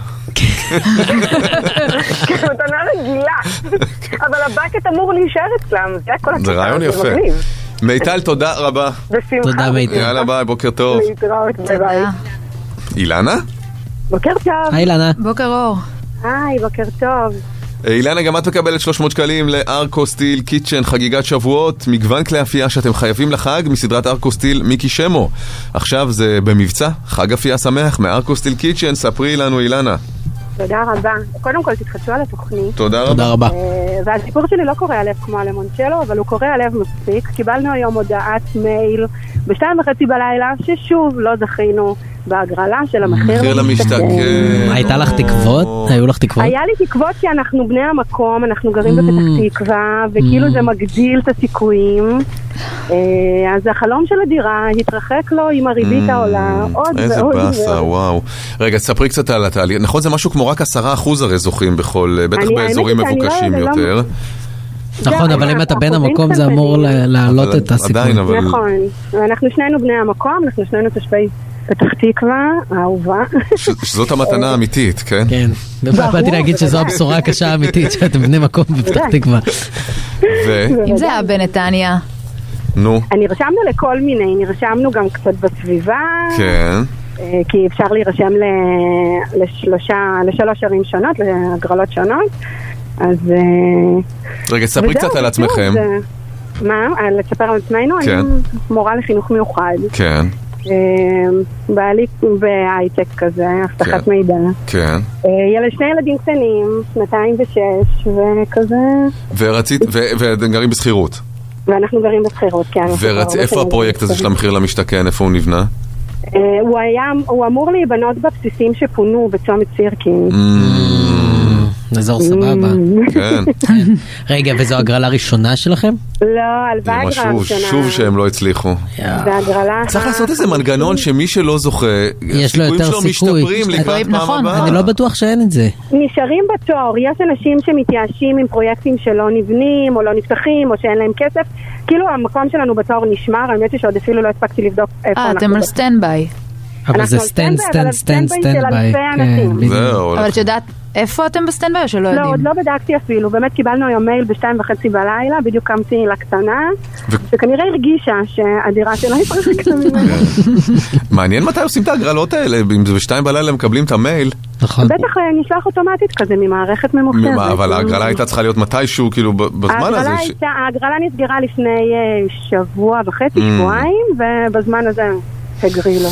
מתנה רגילה. אבל הבקט אמור להישאר אצלם. זה רעיון יפה. מיטל, תודה רבה. בשמחה. תודה מיטל. יאללה ביי, בוקר טוב. להתראות, ביי ביי. אילנה? בוקר טוב. היי אילנה. בוקר אור. היי, בוקר טוב. אילנה, גם את מקבלת שלוש מאות שקלים לארקו סטיל קיצ'ן חגיגת שבועות, מגוון כלי אפייה שאתם חייבים לחג מסדרת ארקו סטיל מיקי שמו. עכשיו זה במבצע, חג אפייה שמח מארקו סטיל קיצ'ן. ספרי לנו אילנה. תודה רבה. קודם כל תתחדשו על התוכנית. תודה רבה. תודה רבה. והסיפור שלי לא קורא הלב כמו הלימונצ'לו, אבל הוא קורא הלב מספיק. קיבלנו היום הודעת מייל בשתיים וחצי בלילה, ששוב לא זכינו בהגרלה של המחיר למשתכן. הייתה לך תקוות? היו לך תקוות? היה לי תקוות כי אנחנו בני המקום, אנחנו גרים בפתח תקווה, וכאילו זה מגדיל את הסיכויים. אז החלום של הדירה התרחק לו עם הריבית העולה עוד ועוד. איזה באסה, וואו. רגע, תספרי קצת על התהליך. נכון, זה משהו כמו רק עשרה אחוז הרי זוכים בכל, בטח באזורים מבוקשים יותר. נכון, אבל אם אתה בן המקום זה אמור להעלות את הסיכוי. נכון, ואנחנו שנינו בני המקום, אנחנו שנינו תושבי פתח תקווה, האהובה. שזאת המתנה האמיתית, כן? כן, באתי להגיד שזו הבשורה הקשה האמיתית, שאתם בני מקום בפתח תקווה. אם זה היה בנתניה. נו. אני רשמנו לכל מיני, נרשמנו גם קצת בסביבה. כן. כי אפשר להירשם לשלוש ערים שונות, להגרלות שונות. אז... רגע, ספרי קצת על עצמכם. מה? לספר על עצמנו? כן. אני מורה לחינוך מיוחד. כן. בעלי בהייטק כזה, הבטחת מידע. כן. ילד שני ילדים קטנים, שנתיים ושש, וכזה... ורצית, ואתם גרים בסחירות? ואנחנו גרים בסחירות, כן. ואיפה הפרויקט הזה של המחיר למשתכן, איפה הוא נבנה? הוא היה, הוא אמור להיבנות בבסיסים שפונו בצומת סירקין. אזור סבבה. כן. רגע, וזו הגרלה ראשונה שלכם? לא, הלוואי הגרלה ראשונה. שוב שהם לא הצליחו. והגרלה... צריך לעשות איזה מנגנון שמי שלא זוכה, יש לו יותר סיכוי. נכון, אני לא בטוח שאין את זה. נשארים בתור, יש אנשים שמתייאשים עם פרויקטים שלא נבנים או לא נפתחים או שאין להם כסף. כאילו המקום שלנו בתור נשמר, האמת היא שעוד אפילו לא הספקתי לבדוק איפה אנחנו. אה, אתם על סטנד ביי. אבל זה סטנד, סטנד, סטנד, סטנד ביי. אבל את יודעת, איפה אתם בסטנדביי שלא לא, יודעים? עוד לא בדקתי אפילו, באמת קיבלנו היום מייל בשתיים וחצי בלילה, בדיוק קמתי לקטנה, וכנראה הרגישה שהדירה שלה התרחקת ממנו. מעניין מתי עושים את ההגרלות האלה, אם זה בשתיים בלילה מקבלים את המייל. נכון. בטח נשלח אוטומטית כזה ממערכת ממוחשבת. אבל ההגרלה הייתה צריכה להיות מתישהו, כאילו, בזמן הזה. ההגרלה נסגרה לפני שבוע וחצי, שבועיים, ובזמן הזה הגרילו.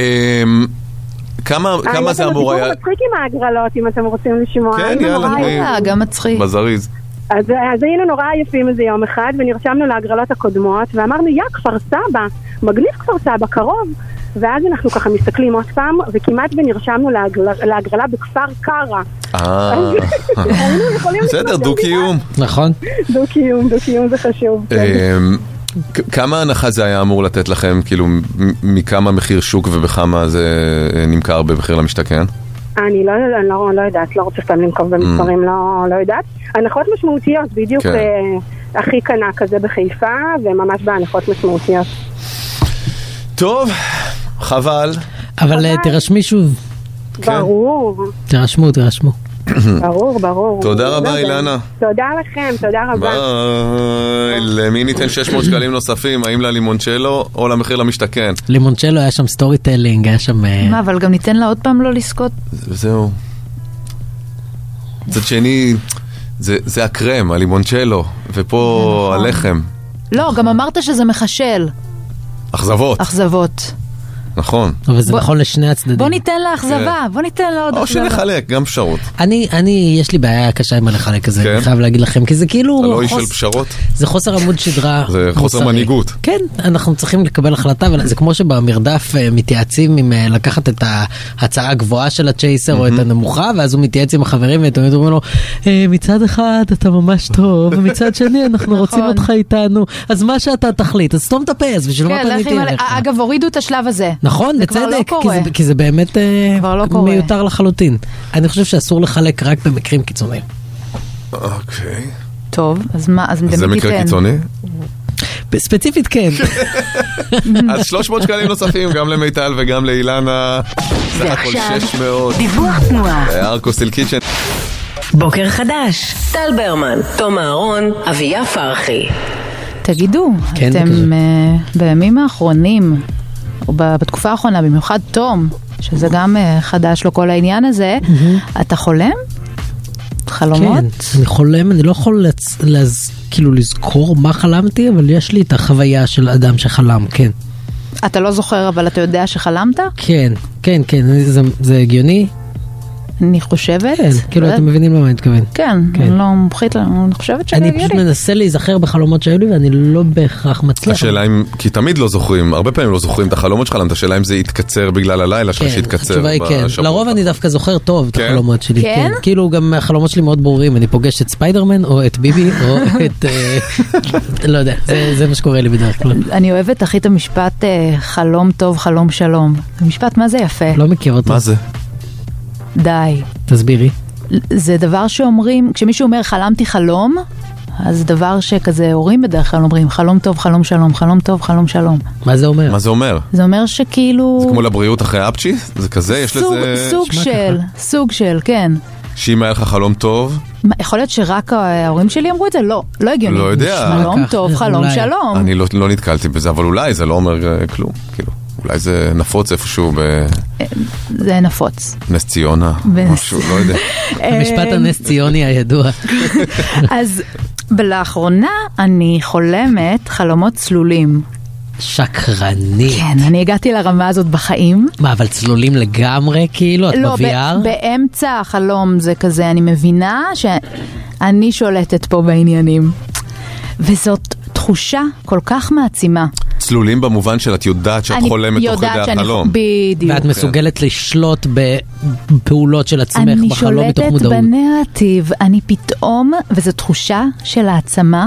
כמה זה אמור היה... יש לנו סיפור מצחיק עם ההגרלות, אם אתם רוצים לשמוע. כן, יאללה. גם מצחיק. בזריז. אז היינו נורא עייפים איזה יום אחד, ונרשמנו להגרלות הקודמות, ואמרנו, יא, כפר סבא, מגניב כפר סבא, קרוב. ואז אנחנו ככה מסתכלים עוד פעם, וכמעט ונרשמנו להגרלה בכפר קרה. אה, בסדר, דו-קיום. נכון. דו-קיום, דו-קיום זה חשוב. כמה הנחה זה היה אמור לתת לכם, כאילו, מכמה מחיר שוק ובכמה זה נמכר במחיר למשתכן? אני לא יודעת, לא רוצה סתם לנקוב במספרים, לא יודעת. הנחות משמעותיות, בדיוק הכי קנה כזה בחיפה, וממש בהנחות משמעותיות. טוב, חבל. אבל תרשמי שוב. ברור. תרשמו, תרשמו. ברור, ברור. תודה רבה, אילנה. תודה לכם, תודה רבה. ביי. למי ניתן שש מאות שקלים נוספים? האם ללימונצ'לו או למחיר למשתכן? לימונצ'לו היה שם סטורי טיילינג, היה שם... מה, אבל גם ניתן לה עוד פעם לא לזכות? זהו. זאת שני, זה הקרם, הלימונצ'לו, ופה הלחם. לא, גם אמרת שזה מחשל. אכזבות. אכזבות. נכון. אבל זה נכון לשני הצדדים. בוא ניתן לה אכזבה, בוא ניתן לה עוד אכזבה. או שנחלק, גם פשרות. אני, אני, יש לי בעיה קשה עם הלחלק הזה, אני חייב להגיד לכם, כי זה כאילו... אתה לא איש של פשרות? זה חוסר עמוד שדרה. זה חוסר מנהיגות. כן, אנחנו צריכים לקבל החלטה, וזה כמו שבמרדף מתייעצים עם לקחת את ההצעה הגבוהה של הצ'ייסר או את הנמוכה, ואז הוא מתייעץ עם החברים, ואתם אומרים לו, מצד אחד אתה ממש טוב, ומצד שני אנחנו רוצים אותך איתנו, אז מה שאתה תחליט, אז סתום את הפה, אז בשביל מה פניתי אליך? אגב, הורידו את השלב הזה. נכון, בצדק, כי זה באמת מיותר לחלוטין. אני חושב שאסור לחלק רק במקרים קיצוניים. אוקיי. טוב, אז מה, אז זה מקרה קיצוני? ספציפית כן. אז שלוש מאות שקלים נוספים, גם למיטל וגם לאילנה. זה הכל שש מאות. דיווח תנועה. ארקוסיל קיצ'ן. בוקר חדש. טל ברמן, תום אהרון, אביה פרחי. תגידו, אתם בימים האחרונים, או בתקופה האחרונה, במיוחד תום, שזה גם חדש לו כל העניין הזה, אתה חולם? חלומות? כן, אני חולם, אני לא יכול כאילו לזכור מה חלמתי, אבל יש לי את החוויה של אדם שחלם, כן. אתה לא זוכר, אבל אתה יודע שחלמת? כן, כן, כן, זה הגיוני. אני חושבת. כן, כאילו אתם מבינים למה אני מתכוון. כן, אני לא מומחית, אני חושבת שזה הגיוני. אני פשוט מנסה להיזכר בחלומות שהיו לי, ואני לא בהכרח מצליח. השאלה אם, כי תמיד לא זוכרים, הרבה פעמים לא זוכרים את החלומות שלך, את השאלה אם זה יתקצר בגלל הלילה שלך שיתקצר. התשובה היא כן, לרוב אני דווקא זוכר טוב את החלומות שלי. כן? כאילו גם החלומות שלי מאוד ברורים, אני פוגש את ספיידרמן, או את ביבי, או את... לא יודע, זה מה שקורה לי בדרך כלל. אני אוהבת הכי את המשפט חלום טוב, חלום שלום. זה משפט מה זה יפה. לא מכיר אותו. מה זה? די. תסבירי. זה דבר שאומרים, כשמישהו אומר חלמתי חלום, אז דבר שכזה הורים בדרך כלל אומרים חלום טוב, חלום שלום, חלום טוב, חלום שלום. מה זה אומר? מה זה אומר? זה אומר שכאילו... זה כמו לבריאות אחרי אפצ'י? זה כזה? יש לזה... סוג של, סוג של, כן. שאם היה לך חלום טוב... יכול להיות שרק ההורים שלי אמרו את זה? לא, לא הגיוני. לא יודע. חלום טוב, חלום שלום. אני לא נתקלתי בזה, אבל אולי זה לא אומר כלום, כאילו. אולי זה נפוץ איפשהו ב... זה נפוץ. נס ציונה, משהו, לא יודע. המשפט הנס ציוני הידוע. אז לאחרונה אני חולמת חלומות צלולים. שקרנית. כן, אני הגעתי לרמה הזאת בחיים. מה, אבל צלולים לגמרי כאילו? את לא, ב-וי אר? באמצע החלום זה כזה, אני מבינה שאני שולטת פה בעניינים. וזאת תחושה כל כך מעצימה. צלולים במובן של את יודעת שאת חולמת תוך כדי החלום. בדיוק. ואת מסוגלת לשלוט בפעולות של עצמך בחלום מתוך מודעות. אני שולטת בנרטיב. אני פתאום, וזו תחושה של העצמה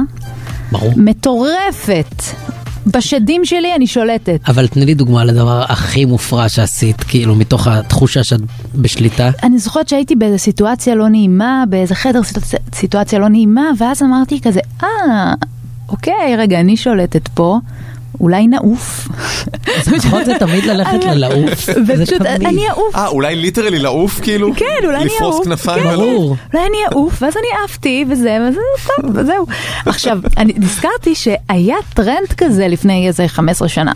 מטורפת. בשדים שלי אני שולטת. אבל תני לי דוגמה לדבר הכי מופרע שעשית, כאילו מתוך התחושה שאת בשליטה. אני זוכרת שהייתי באיזו סיטואציה לא נעימה, באיזה חדר סיטואציה לא נעימה, ואז אמרתי כזה, אה, אוקיי, רגע, אני שולטת פה, אולי נעוף. אז נכון זה תמיד ללכת ללעוף. ופשוט, אני אעוף. אה, אולי ליטרלי לעוף כאילו? כן, אולי אני אעוף. לפרוס כנפיים. ברור. אולי אני אעוף, ואז אני עפתי, וזה, וזה, טוב, וזהו. עכשיו, אני נזכרתי שהיה טרנד כזה לפני איזה חמש עשרה שנה.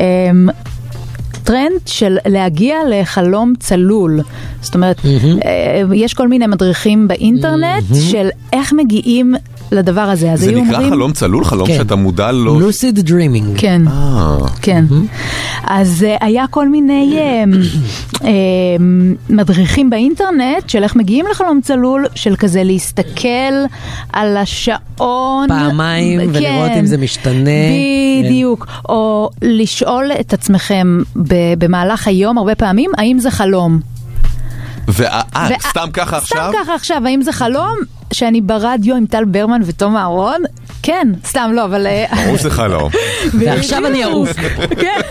טרנד של להגיע לחלום צלול. זאת אומרת, יש כל מיני מדריכים באינטרנט של איך מגיעים לדבר הזה. זה נקרא חלום צלול? חלום שאתה מודע לו? לוסיד דרימינג. כן, כן. אז היה כל מיני מדריכים באינטרנט של איך מגיעים לחלום צלול, של כזה להסתכל על השעון. פעמיים ולראות אם זה משתנה. בדיוק. או לשאול את עצמכם במהלך היום הרבה פעמים, האם זה חלום? סתם ככה עכשיו? סתם ככה עכשיו, האם זה חלום שאני ברדיו עם טל ברמן ותום אהרון? כן, סתם לא, אבל... ברור זה חלום. ועכשיו אני אעוף. כן.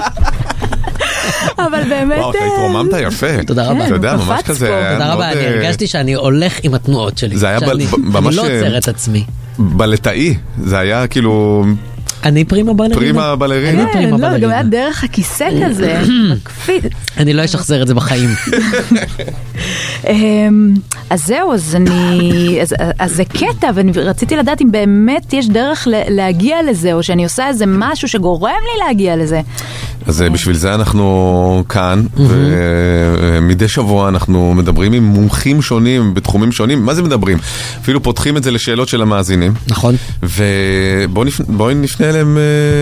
אבל באמת... וואו, אתה התרוממת יפה. תודה רבה. אתה יודע, ממש כזה... תודה רבה, אני הרגשתי שאני הולך עם התנועות שלי. זה היה ממש... אני לא עוצר את עצמי. בלטאי. זה היה כאילו... אני פרימה בלרינה. פרימה בלרינה. כן, לא, גם היה דרך הכיסא כזה, מקפיד. אני לא אשחזר את זה בחיים. אז זהו, אז אני, אז זה קטע, ורציתי לדעת אם באמת יש דרך להגיע לזה, או שאני עושה איזה משהו שגורם לי להגיע לזה. אז בשביל זה אנחנו כאן, ומדי שבוע אנחנו מדברים עם מומחים שונים, בתחומים שונים. מה זה מדברים? אפילו פותחים את זה לשאלות של המאזינים. נכון. ובואי נפנה אליהם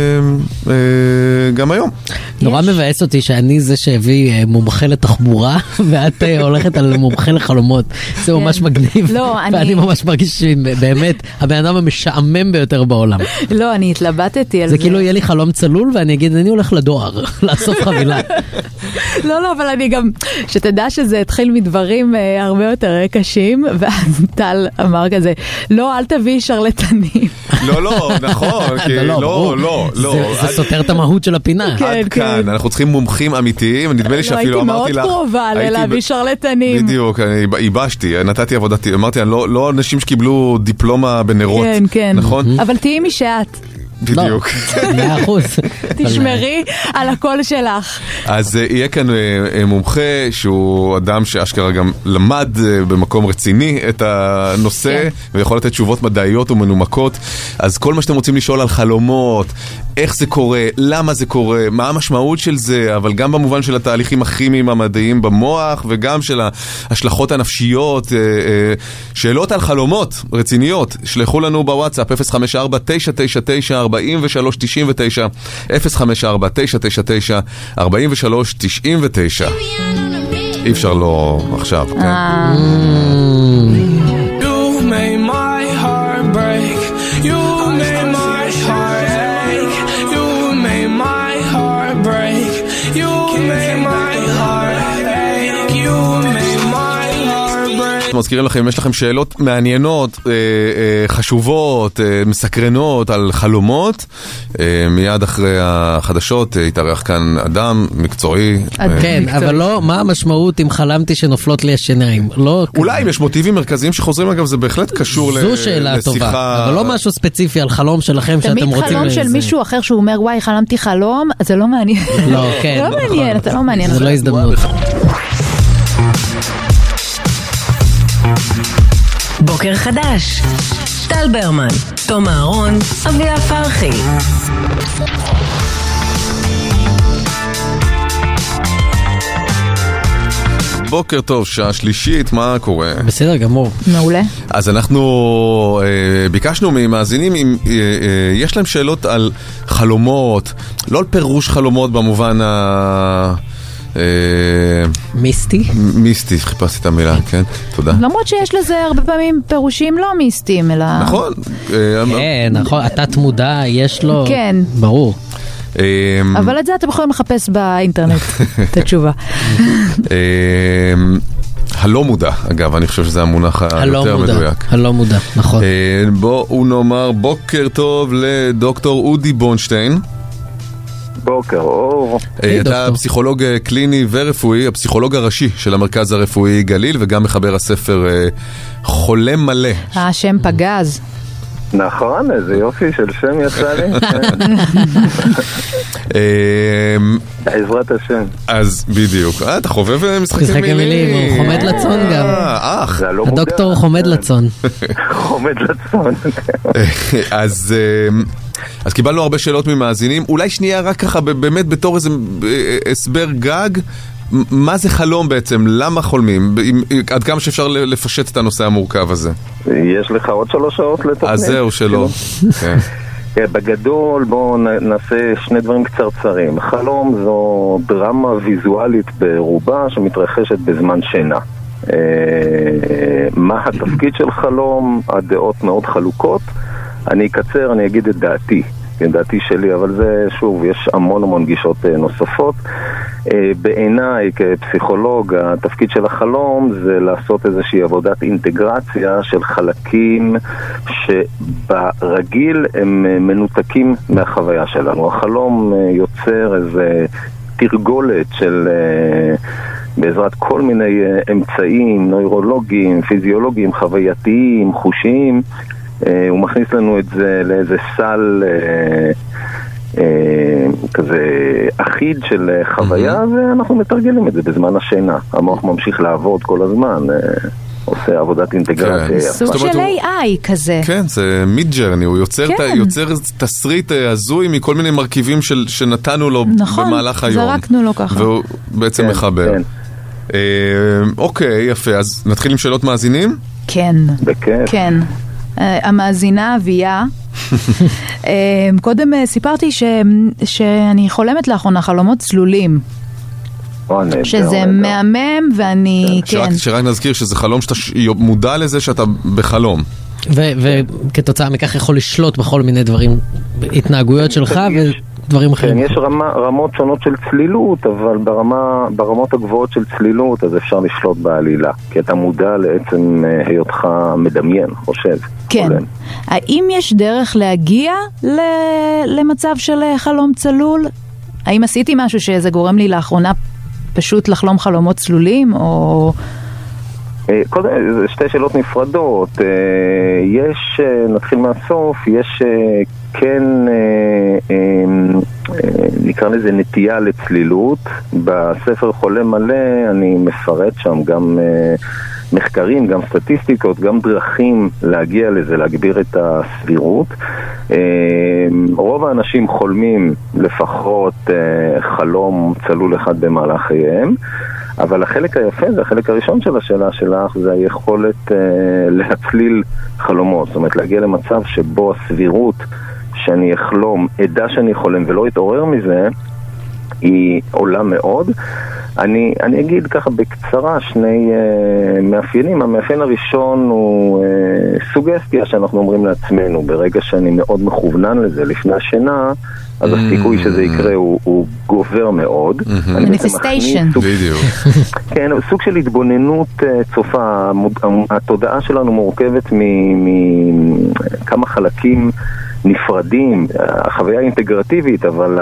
גם היום. נורא מבאס אותי שאני זה שהביא מומחה לתחבורה, ואת הולכת על מומחה לחלומות. זה ממש מגניב. ואני ממש מרגיש שבאמת הבן אדם המשעמם ביותר בעולם. לא, אני התלבטתי על זה. זה כאילו יהיה לי חלום צלול, ואני אגיד, אני הולך לדואר, לאסוף חבילה. לא, לא, אבל אני גם, שתדע שזה התחיל מדברים הרבה יותר קשים, ואז טל אמר כזה, לא, אל תביא שרלטנים. לא, לא, נכון, לא, לא, לא. זה סותר את המהות של הפינה. עד כאן, אנחנו צריכים מומחים אמיתיים, נדמה לי שאפילו אמרתי לך... הייתי מאוד קרובה להביא שרלטנים. בדיוק, אני איבשתי, נתתי עבודתי, אמרתי, לא אנשים שקיבלו דיפלומה בנרות, כן, כן. נכון? אבל תהיי מי שאת. בדיוק. מאה אחוז. תשמרי על הקול שלך. אז יהיה כאן מומחה שהוא אדם שאשכרה גם למד במקום רציני את הנושא ויכול לתת תשובות מדעיות ומנומקות. אז כל מה שאתם רוצים לשאול על חלומות, איך זה קורה, למה זה קורה, מה המשמעות של זה, אבל גם במובן של התהליכים הכימיים המדעיים במוח וגם של ההשלכות הנפשיות, שאלות על חלומות רציניות, שלחו לנו בוואטסאפ אפס חמש ארבע תשע תשע תשע ארבעים ושלוש תשעים ותשע אפס חמש ארבע תשע תשע תשע ארבעים ושלוש תשעים ותשע. אי אפשר לא עכשיו, כן? You made my heart break. You made my heart ache. You made my heart break. You made my heart ache. You made my heart break. מזכירים לכם, אם יש לכם שאלות מעניינות, חשובות, מסקרנות על חלומות, מיד אחרי החדשות יתארח כאן אדם מקצועי. כן, אבל לא, מה המשמעות אם חלמתי שנופלות לי השיניים? אולי אם יש מוטיבים מרכזיים שחוזרים, אגב, זה בהחלט קשור לשיחה. זו שאלה טובה, אבל לא משהו ספציפי על חלום שלכם שאתם רוצים... תמיד חלום של מישהו אחר שהוא אומר, וואי, חלמתי חלום, זה לא מעניין. לא, כן. לא מעניין, אתה לא מעניין. זה לא הזדמנות. בוקר חדש, טל ברמן, תום אהרון, אביה פרחי. בוקר טוב, שעה שלישית, מה קורה? בסדר גמור. מעולה. אז אנחנו אה, ביקשנו ממאזינים אם אה, אה, יש להם שאלות על חלומות, לא על פירוש חלומות במובן ה... מיסטי? מיסטי, חיפשתי את המילה, כן, תודה. למרות שיש לזה הרבה פעמים פירושים לא מיסטיים, אלא... נכון. כן, נכון, התת מודע יש לו... כן. ברור. אבל את זה אתם יכולים לחפש באינטרנט, את התשובה. הלא מודע, אגב, אני חושב שזה המונח היותר מדויק. הלא מודע, נכון. בואו נאמר בוקר טוב לדוקטור אודי בונשטיין. בוקר אור. אתה פסיכולוג קליני ורפואי, הפסיכולוג הראשי של המרכז הרפואי גליל, וגם מחבר הספר חולם מלא. השם פגז. נכון, איזה יופי של שם יצא לי. בעזרת השם. אז בדיוק. אה, אתה חובב משחקי משחקי מילים, הוא חומד לצון גם. אה, אח. הדוקטור חומד לצון. חומד לצון. אז... אז קיבלנו הרבה שאלות ממאזינים, אולי שנייה רק ככה באמת בתור איזה הסבר גג, מה זה חלום בעצם? למה חולמים? עד כמה שאפשר לפשט את הנושא המורכב הזה? יש לך עוד שלוש שעות לתוכנית. אז זהו שלא. בגדול בואו נעשה שני דברים קצרצרים. חלום זו דרמה ויזואלית ברובה שמתרחשת בזמן שינה. מה התפקיד של חלום? הדעות מאוד חלוקות. אני אקצר, אני אגיד את דעתי, דעתי שלי, אבל זה שוב, יש המון המון גישות נוספות. בעיניי כפסיכולוג, התפקיד של החלום זה לעשות איזושהי עבודת אינטגרציה של חלקים שברגיל הם מנותקים מהחוויה שלנו. החלום יוצר איזה תרגולת של... בעזרת כל מיני אמצעים נוירולוגיים, פיזיולוגיים, חווייתיים, חושיים, הוא מכניס לנו את זה לאיזה סל אה, אה, כזה אחיד של חוויה, ואנחנו מתרגלים את זה בזמן השינה. המוח ממשיך לעבוד כל הזמן, אה, עושה עבודת אינטגרציה. סוג של איי איי כזה. כן, זה מיד ג'רני, הוא יוצר, כן. יוצר תסריט הזוי מכל מיני מרכיבים של, שנתנו לו נכון, במהלך היום. נכון, זרקנו לו ככה. והוא בעצם כן, מחבר. כן. אה, אוקיי, יפה, אז נתחיל עם שאלות מאזינים? כן. בכיף. כן. המאזינה אביה, קודם סיפרתי שאני חולמת לאחרונה חלומות צלולים, שזה מהמם ואני, כן. שרק נזכיר שזה חלום שאתה מודע לזה שאתה בחלום. וכתוצאה מכך יכול לשלוט בכל מיני דברים, התנהגויות שלך ודברים אחרים. כן, יש רמה, רמות שונות של צלילות, אבל ברמה, ברמות הגבוהות של צלילות אז אפשר לשלוט בעלילה, כי אתה מודע לעצם היותך מדמיין, חושב. כן. האם יש דרך להגיע למצב של חלום צלול? האם עשיתי משהו שזה גורם לי לאחרונה פשוט לחלום חלומות צלולים, או... קודם, זה שתי שאלות נפרדות. יש, נתחיל מהסוף, יש כן, נקרא לזה נטייה לצלילות. בספר חולה מלא אני מפרט שם גם מחקרים, גם סטטיסטיקות, גם דרכים להגיע לזה, להגביר את הסבירות. רוב האנשים חולמים לפחות חלום צלול אחד במהלך חייהם, אבל החלק היפה, זה החלק הראשון של השאלה שלך, זה היכולת אה, להצליל חלומות. זאת אומרת, להגיע למצב שבו הסבירות שאני אחלום, עדה שאני חולם ולא אתעורר מזה, היא עולה מאוד. אני, אני אגיד ככה בקצרה שני אה, מאפיינים. המאפיין הראשון הוא אה, סוגסטיה שאנחנו אומרים לעצמנו. ברגע שאני מאוד מכוונן לזה לפני השינה, אז הסיכוי שזה יקרה הוא, הוא גובר מאוד. מניפיסטיישן. בדיוק. כן, סוג של התבוננות צופה. התודעה שלנו מורכבת מכמה חלקים נפרדים. החוויה אינטגרטיבית, אבל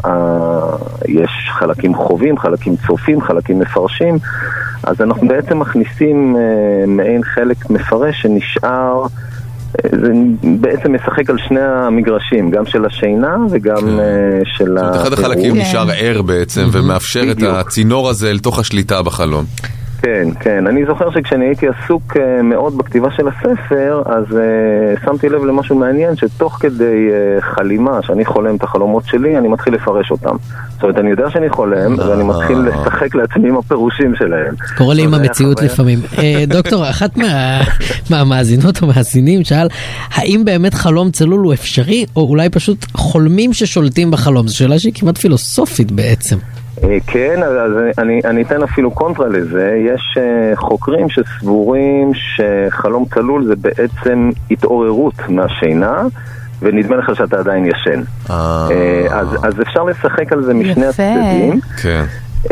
יש חלקים חווים, חלקים צופים, חלקים מפרשים. אז אנחנו בעצם מכניסים מעין חלק מפרש שנשאר, זה בעצם משחק על שני המגרשים, גם של השינה וגם של ה... אחד החלקים נשאר ער בעצם ומאפשר את הצינור הזה אל תוך השליטה בחלום. כן, כן. אני זוכר שכשאני הייתי עסוק מאוד בכתיבה של הספר, אז uh, שמתי לב למשהו מעניין, שתוך כדי uh, חלימה, שאני חולם את החלומות שלי, אני מתחיל לפרש אותם. זאת אומרת, אני יודע שאני חולם, ואני מתחיל לשחק לעצמי עם הפירושים שלהם. קורא לי עם המציאות לפעמים. דוקטור, אחת מהמאזינות או מאזינים שאל, האם באמת חלום צלול הוא אפשרי, או אולי פשוט חולמים ששולטים בחלום? זו שאלה שהיא כמעט פילוסופית בעצם. כן, אז אני, אני אתן אפילו קונטרה לזה. יש חוקרים שסבורים שחלום צלול זה בעצם התעוררות מהשינה, ונדמה לך שאתה עדיין ישן. אז, אז אפשר לשחק על זה משני הצדדים. כן.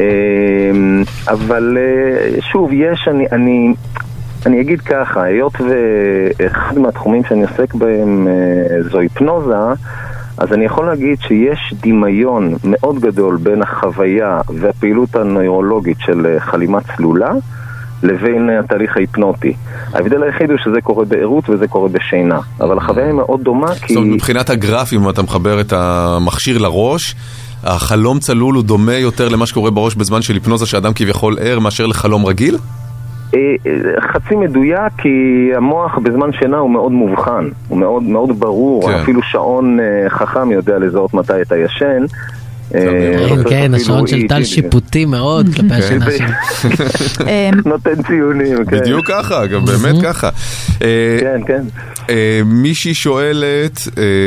אבל שוב, יש, אני, אני, אני אגיד ככה, היות ואחד מהתחומים שאני עוסק בהם זו היפנוזה, אז אני יכול להגיד שיש דמיון מאוד גדול בין החוויה והפעילות הנוירולוגית של חלימה צלולה לבין התהליך ההיפנוטי. ההבדל היחיד הוא שזה קורה בעירות וזה קורה בשינה. אבל החוויה היא מאוד דומה כי... זאת אומרת, מבחינת הגרפים, אם אתה מחבר את המכשיר לראש, החלום צלול הוא דומה יותר למה שקורה בראש בזמן של היפנוזה, שאדם כביכול ער מאשר לחלום רגיל? חצי מדויק, כי המוח בזמן שינה הוא מאוד מובחן, הוא מאוד, מאוד ברור, כן. אפילו שעון חכם יודע לזהות מתי אתה ישן. כן, השעון של טל שיפוטי מאוד כלפי השינה שלי. נותן ציונים. בדיוק ככה, גם באמת ככה. כן, כן. מישהי שואלת,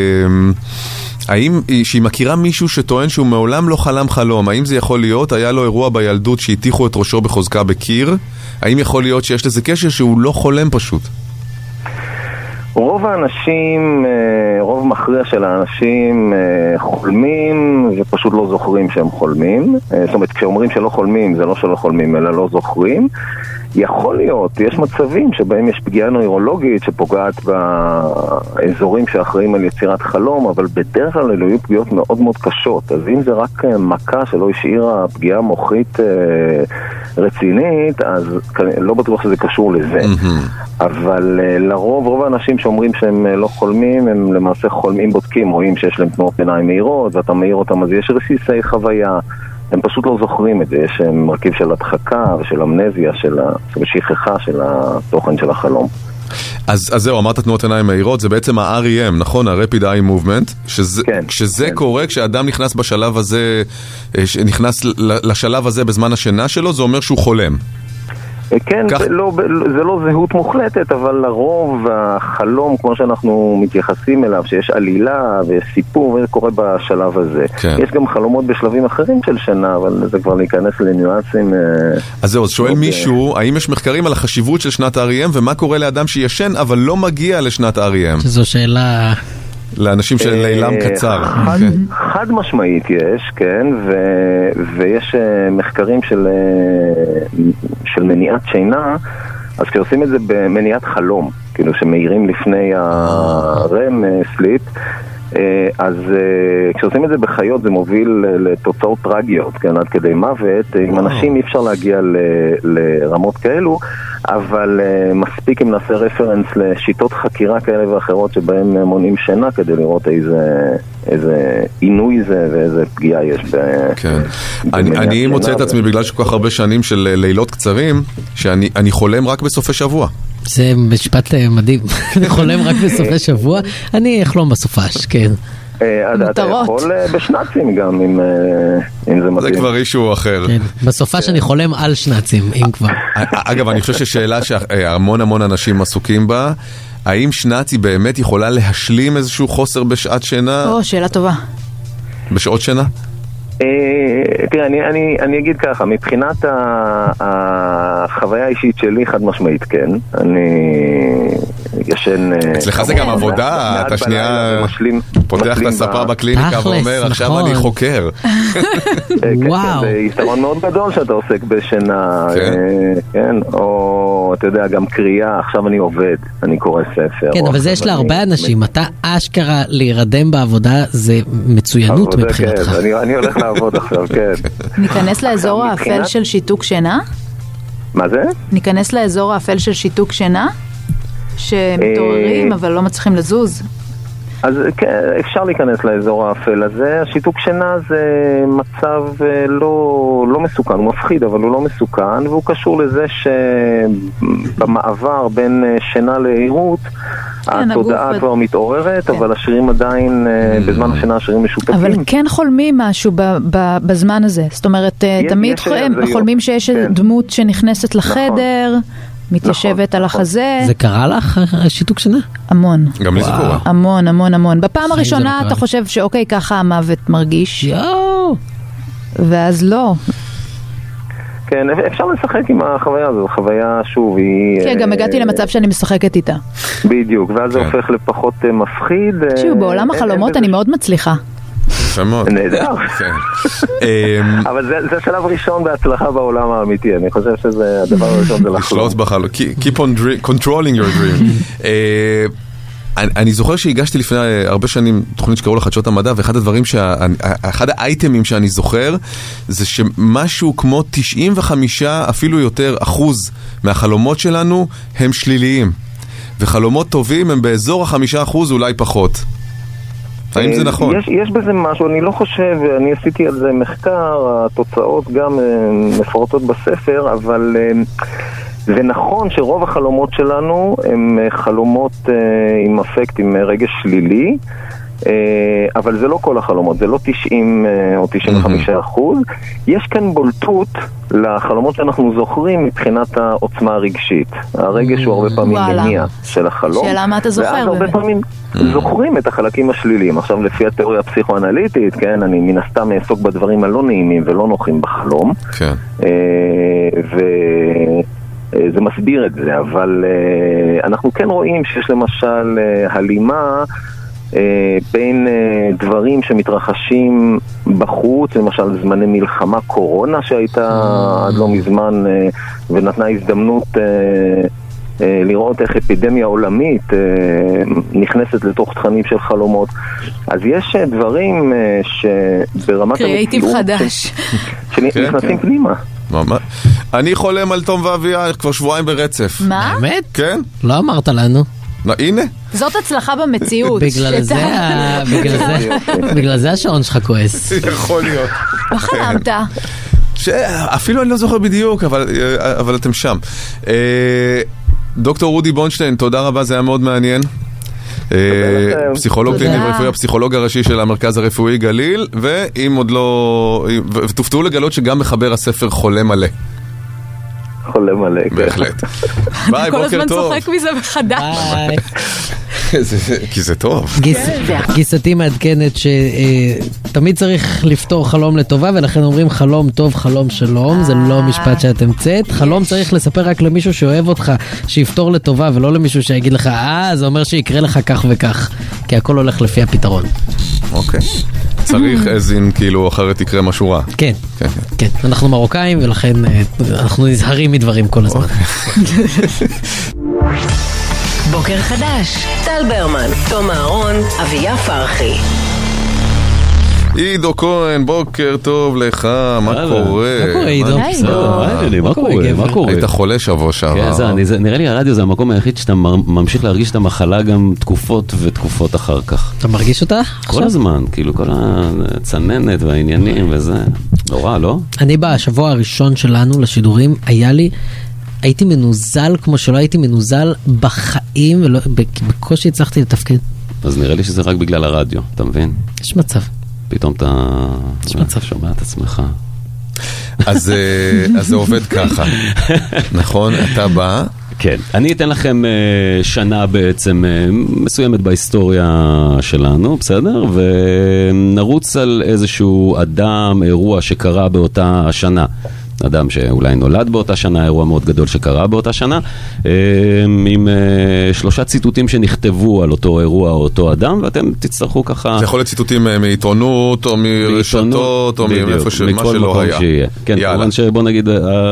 האם שהיא מכירה מישהו שטוען שהוא מעולם לא חלם חלום, האם זה יכול להיות, היה לו אירוע בילדות שהטיחו את ראשו בחוזקה בקיר, האם יכול להיות שיש לזה קשר שהוא לא חולם פשוט? רוב האנשים, רוב מכריע של האנשים חולמים ופשוט לא זוכרים שהם חולמים. זאת אומרת, כשאומרים שלא חולמים, זה לא שלא חולמים, אלא לא זוכרים. יכול להיות, יש מצבים שבהם יש פגיעה נוירולוגית שפוגעת באזורים שאחראים על יצירת חלום, אבל בדרך כלל אלו יהיו פגיעות מאוד מאוד קשות. אז אם זה רק מכה שלא השאירה פגיעה מוחית רצינית, אז לא בטוח שזה קשור לזה. אבל לרוב, רוב האנשים שאומרים שהם לא חולמים, הם למעשה חולמים בודקים, רואים שיש להם תנועות עיניים מהירות, ואתה מהיר אותם, אז יש רסיסי חוויה. הם פשוט לא זוכרים את זה, יש מרכיב של הדחקה ושל אמנזיה, של השכחה של התוכן של החלום. אז, אז זהו, אמרת תנועות עיניים מהירות, זה בעצם ה-אר אי אם, נכון? ה-Rapid Eye Movement, שזה, כן, כשזה כן. קורה, כשאדם נכנס בשלב הזה, נכנס לשלב הזה בזמן השינה שלו, זה אומר שהוא חולם. כן, זה לא, זה לא זהות מוחלטת, אבל לרוב החלום, כמו שאנחנו מתייחסים אליו, שיש עלילה ויש סיפור, וזה קורה בשלב הזה. כן. יש גם חלומות בשלבים אחרים של שנה, אבל זה כבר להיכנס לניואנסים. אז זהו, אז שואל מישהו, האם יש מחקרים על החשיבות של שנת ה-אר אי אם, ומה קורה לאדם שישן, אבל לא מגיע לשנת ה-אר אי אם? שזו שאלה... לאנשים של לילם קצר. חד, חד משמעית יש, כן, ו, ויש מחקרים של, של מניעת שינה, אז כשעושים את זה במניעת חלום, כאילו שמאירים לפני הרם סליפ, אז כשעושים את זה בחיות זה מוביל לתוצאות טרגיות, כן, עד כדי מוות. עם אנשים אי אפשר להגיע ל, לרמות כאלו, אבל מספיק אם נעשה רפרנס לשיטות חקירה כאלה ואחרות שבהם מונעים שינה כדי לראות איזה, איזה עינוי זה ואיזה פגיעה יש ב... כן. אני, אני מוצא את עצמי בגלל שכל כך הרבה שנים של לילות קצרים, שאני אני חולם רק בסופי שבוע. זה משפט מדהים. אני חולם רק בסופי שבוע, אני אחלום בסופש, כן. אתה יכול בשנצים גם, אם זה מתאים. זה כבר אישו אחר. בסופה שאני חולם על שנצים, אם כבר. אגב, אני חושב ששאלה שהמון המון אנשים עסוקים בה, האם שנצי באמת יכולה להשלים איזשהו חוסר בשעת שינה? או, שאלה טובה. בשעות שינה? תראה, אני, אני, אני אגיד ככה, מבחינת החוויה האישית שלי חד משמעית כן, אני ישן... אצלך זה גם עבודה, אתה שנייה פותח את הספה בקליניקה ואומר, עכשיו אני חוקר. וואו. זה יתרון מאוד גדול שאתה עוסק בשינה, כן, או אתה יודע, גם קריאה, עכשיו אני עובד, אני קורא ספר. כן, אבל זה יש להרבה אנשים, אתה אשכרה להירדם בעבודה, זה מצוינות מבחינתך. אני הולך לעבוד עכשיו, כן. ניכנס לאזור האפל של שיתוק שינה? מה זה? ניכנס לאזור האפל של שיתוק שינה? שמתעוררים אבל לא מצליחים לזוז? אז כן, אפשר להיכנס לאזור האפל הזה. השיתוק שינה זה מצב לא, לא מסוכן, הוא מפחיד אבל הוא לא מסוכן, והוא קשור לזה שבמעבר בין שינה לעירות התודעה כבר מתעוררת, אבל השרירים עדיין, בזמן השינה השרירים משותפים. אבל כן חולמים משהו בזמן הזה, זאת אומרת, תמיד חולמים שיש דמות שנכנסת לחדר, מתיישבת על החזה. זה קרה לך, השיתוק שינה? המון. גם לי זה קורה. המון, המון, המון. בפעם הראשונה אתה חושב שאוקיי, ככה המוות מרגיש. יואו. ואז לא. כן, אפשר לשחק עם החוויה הזו, חוויה שוב היא... כן, גם הגעתי למצב שאני משחקת איתה. בדיוק, ואז זה הופך לפחות מפחיד. תקשיבו, בעולם החלומות אני מאוד מצליחה. נהדר. אבל זה השלב הראשון בהצלחה בעולם האמיתי. אני חושב שזה הדבר הראשון זה לחלום. לשלוט בחלום. Keep on controlling your dream. אני, אני זוכר שהגשתי לפני הרבה שנים תוכנית שקראו לה חדשות המדע, ואחד הדברים, שה, אחד האייטמים שאני זוכר, זה שמשהו כמו תשעים וחמישה אפילו יותר אחוז מהחלומות שלנו הם שליליים. וחלומות טובים הם באזור החמישה אחוז אולי פחות. האם זה נכון? יש, יש בזה משהו, אני לא חושב, אני עשיתי על זה מחקר, התוצאות גם מפורטות בספר, אבל זה נכון שרוב החלומות שלנו הם חלומות עם אפקט, עם רגש שלילי, אבל זה לא כל החלומות, זה לא תשעים או תשעים וחמישה אחוז. יש כאן בולטות לחלומות שאנחנו זוכרים מבחינת העוצמה הרגשית. הרגש הוא הרבה פעמים מניע של החלום. שאלה מה אתה זוכר? ואז הרבה פעמים זוכרים את החלקים השליליים. עכשיו לפי התיאוריה הפסיכואנליטית, כן, אני מן הסתם אעסוק בדברים הלא נעימים ולא נוחים בחלום. כן. וזה מסביר את זה, אבל אנחנו כן רואים שיש למשל הלימה בין דברים שמתרחשים בחוץ, למשל זמני מלחמה, קורונה שהייתה עד לא מזמן ונתנה הזדמנות לראות איך אפידמיה עולמית נכנסת לתוך תכנים של חלומות. אז יש דברים שברמת קריאייטיב חדש שנכנסים פנימה. אני חולם על תום ואביה כבר שבועיים ברצף. מה? באמת? כן. לא אמרת לנו. הנה. זאת הצלחה במציאות. בגלל זה, בגלל זה השעון שלך כועס. יכול להיות. מה חלמת? אפילו אני לא זוכר בדיוק, אבל אתם שם. דוקטור רודי בונשטיין, תודה רבה, זה היה מאוד מעניין. פסיכולוג קליני ורפואי, הפסיכולוג הראשי של המרכז הרפואי גליל, ואם עוד לא, ותופתעו לגלות שגם מחבר הספר חולה מלא. חולה מלא. בהחלט. ביי, בוקר טוב. כל הזמן צוחק מזה מחדש. ביי. כי זה טוב. גיסתי מעדכנת שתמיד צריך לפתור חלום לטובה, ולכן אומרים חלום טוב, חלום שלום, זה לא משפט שאת המצאת. חלום צריך לספר רק למישהו שאוהב אותך, שיפתור לטובה, ולא למישהו שיגיד לך, אה, זה אומר שיקרה לך כך וכך, כי הכל הולך לפי הפתרון. אוקיי. צריך איזין, כאילו, אחרת יקרה משהו רע. כן, כן. אנחנו מרוקאים, ולכן אנחנו נזהרים מדברים כל הזמן. בוקר חדש, טל ברמן, תום אהרון, אביה פרחי. עידו כהן, בוקר טוב לך, מה קורה? מה קורה עידו? מה קורה? מה קורה? היית חולה שבוע שעבר. נראה לי הרדיו זה המקום היחיד שאתה ממשיך להרגיש את המחלה גם תקופות ותקופות אחר כך. אתה מרגיש אותה? כל הזמן, כאילו כל הצננת והעניינים וזה, נורא, לא? אני בשבוע הראשון שלנו לשידורים, היה לי... הייתי מנוזל כמו שלא הייתי מנוזל בחיים, ובקושי הצלחתי לתפקד. אז נראה לי שזה רק בגלל הרדיו, אתה מבין? יש מצב. פתאום אתה שומע את עצמך. אז זה עובד ככה, נכון? אתה בא? כן, אני אתן לכם שנה בעצם מסוימת בהיסטוריה שלנו, בסדר? ונרוץ על איזשהו אדם, אירוע שקרה באותה השנה. אדם שאולי נולד באותה שנה, אירוע מאוד גדול שקרה באותה שנה, עם שלושה ציטוטים שנכתבו על אותו אירוע או אותו אדם, ואתם תצטרכו ככה... זה יכול להיות ציטוטים מעיתונות, או מרשתות, או מאיפה שמה שלא היה. כן, כמובן שבוא נגיד,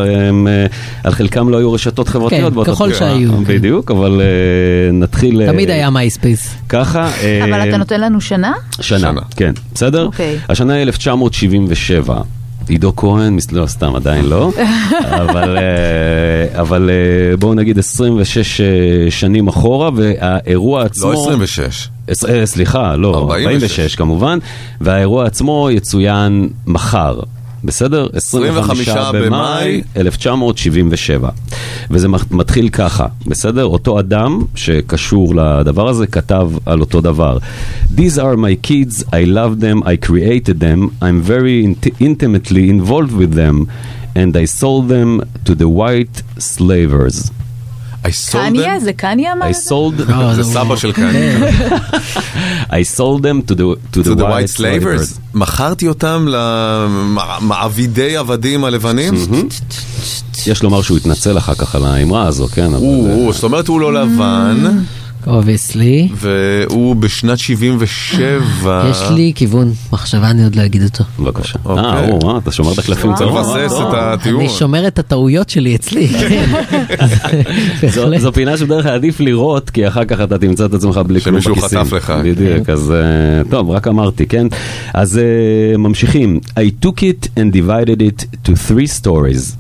על חלקם לא היו רשתות חברתיות. כן, ככל שהיו. בדיוק, אבל נתחיל... תמיד היה מייספייס. ככה... אבל אתה נותן לנו שנה? שנה, כן, בסדר? השנה היא אלף תשע מאות שבעים ושבע. עידו כהן, לא סתם, עדיין לא, אבל, אבל בואו נגיד עשרים ושש שנים אחורה, והאירוע עצמו... לא עשרים ושש. סליחה, לא, ארבעים ושש כמובן, והאירוע עצמו יצוין מחר. בסדר? עשרים וחמישה במאי אלף תשע מאות שבעים ושבע. וזה מתחיל ככה, בסדר? אותו אדם שקשור לדבר הזה כתב על אותו דבר. These are my kids, I love them, I created them, I'm very int- intimately involved with them, and I sold them to the white slavers. קניה? זה קניה אמר? I sold... זה סבא של קניה. I sold them to the, to the, the white slavers. מכרתי אותם למעבידי עבדים הלבנים? יש לומר שהוא התנצל אחר כך על האמרה הזו, כן? זאת אומרת הוא לא לבן, אובייסלי. והוא בשנת שבעים ושבע. יש לי כיוון מחשבה, אני עוד לא אגיד אותו. בבקשה. אה, או, אתה שומר את הקלפים. צריך לבסס את הטיעון. אני שומר את הטעויות שלי אצלי. זו פינה שבדרך כלל עדיף לראות, כי אחר כך אתה תמצא את עצמך בלי כלום בכיסים. שמישהו חטף לך. בדיוק, אז טוב, רק אמרתי, כן? אז ממשיכים. I took it and divided it to three stories.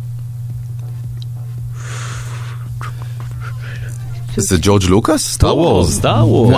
זה ג'ורג' לוקאס? סטאר וורס. סטאר וורס.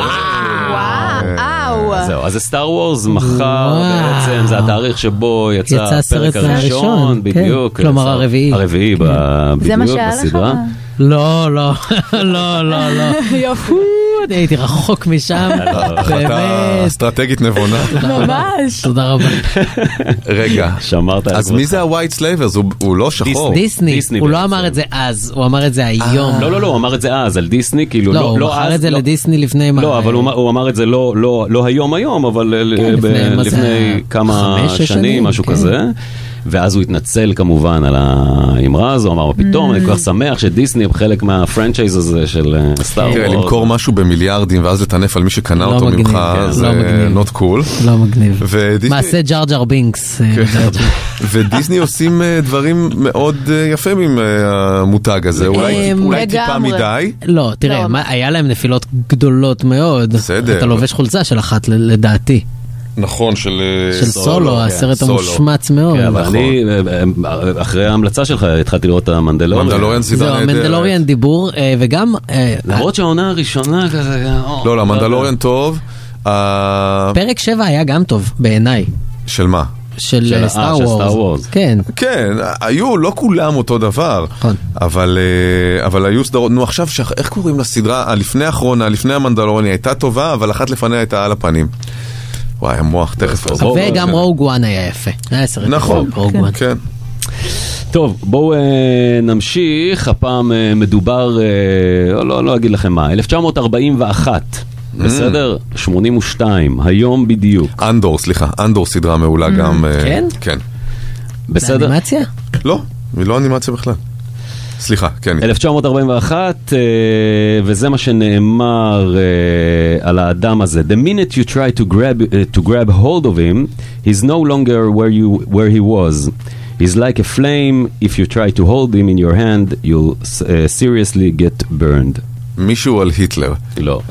וואו. זהו, אז זה סטאר וורס מחר בעצם, זה התאריך שבו יצא הפרק הראשון, בדיוק. כלומר הרביעי. הרביעי בדיוק בסדרה. לא, לא, לא, לא, לא. יופי. אני הייתי רחוק משם. החלטה אסטרטגית נבונה. ממש. תודה רבה. רגע, שמרת על אז מי זה ה-White Slavers? הוא לא שחור. דיסני. הוא לא אמר את זה אז, הוא אמר את זה היום. לא, לא, לא, הוא אמר את זה אז, על דיסני, כאילו, לא, הוא מכר את זה לדיסני לפני מה? לא, אבל הוא אמר את זה לא היום היום, אבל לפני כמה שנים, משהו כזה. ואז הוא התנצל כמובן על האמרה הזו, אמר, פתאום אני כל כך שמח שדיסני הם חלק מהפרנצ'ייז הזה של סטאר וורס. תראה, למכור משהו במיליארדים ואז לטנף על מי שקנה אותו ממך, זה not cool. לא מגניב. מעשה ג'ארג'ר בינקס. ודיסני עושים דברים מאוד יפים עם המותג הזה, אולי טיפה מדי. לא, תראה, היה להם נפילות גדולות מאוד. בסדר. אתה לובש חולצה של אחת לדעתי. נכון, של סולו, הסרט המושמץ מאוד. אבל אני, אחרי ההמלצה שלך, התחלתי לראות את המנדלוריאן. מנדלוריאן סדרה נהדרת. זהו, המנדלוריאן דיבור, וגם... למרות שהעונה הראשונה כזה... לא, לא, המנדלוריאן טוב. פרק שבע היה גם טוב, בעיניי. של מה? של סטאר וורס. כן. כן, היו, לא כולם אותו דבר. אבל היו סדרות, נו עכשיו, איך קוראים לסדרה? לפני האחרונה, לפני המנדלוריאן, היא הייתה טובה, אבל אחת לפניה הייתה על הפנים. וואי, המוח, תכף. וגם רוג וואן היה יפה. נכון, כן. טוב, בואו נמשיך. הפעם מדובר, לא, לא אגיד לכם מה, אלף תשע מאות ארבעים ואחת, בסדר? שמונים ושתיים, היום בדיוק. אנדור, סליחה, אנדור סדרה מעולה גם. כן? כן. בסדר? זה אנימציה? לא, היא לא אנימציה בכלל. סליחה, כן. אלף תשע מאות ארבעים ואחת, וזה מה שנאמר על האדם הזה. The minute you try to grab, uh, to grab hold of him, he's no longer where, you, where he was. He's like a flame. If you try to hold him in your hand, you'll uh, seriously get burned. מישהו על היטלר. לא.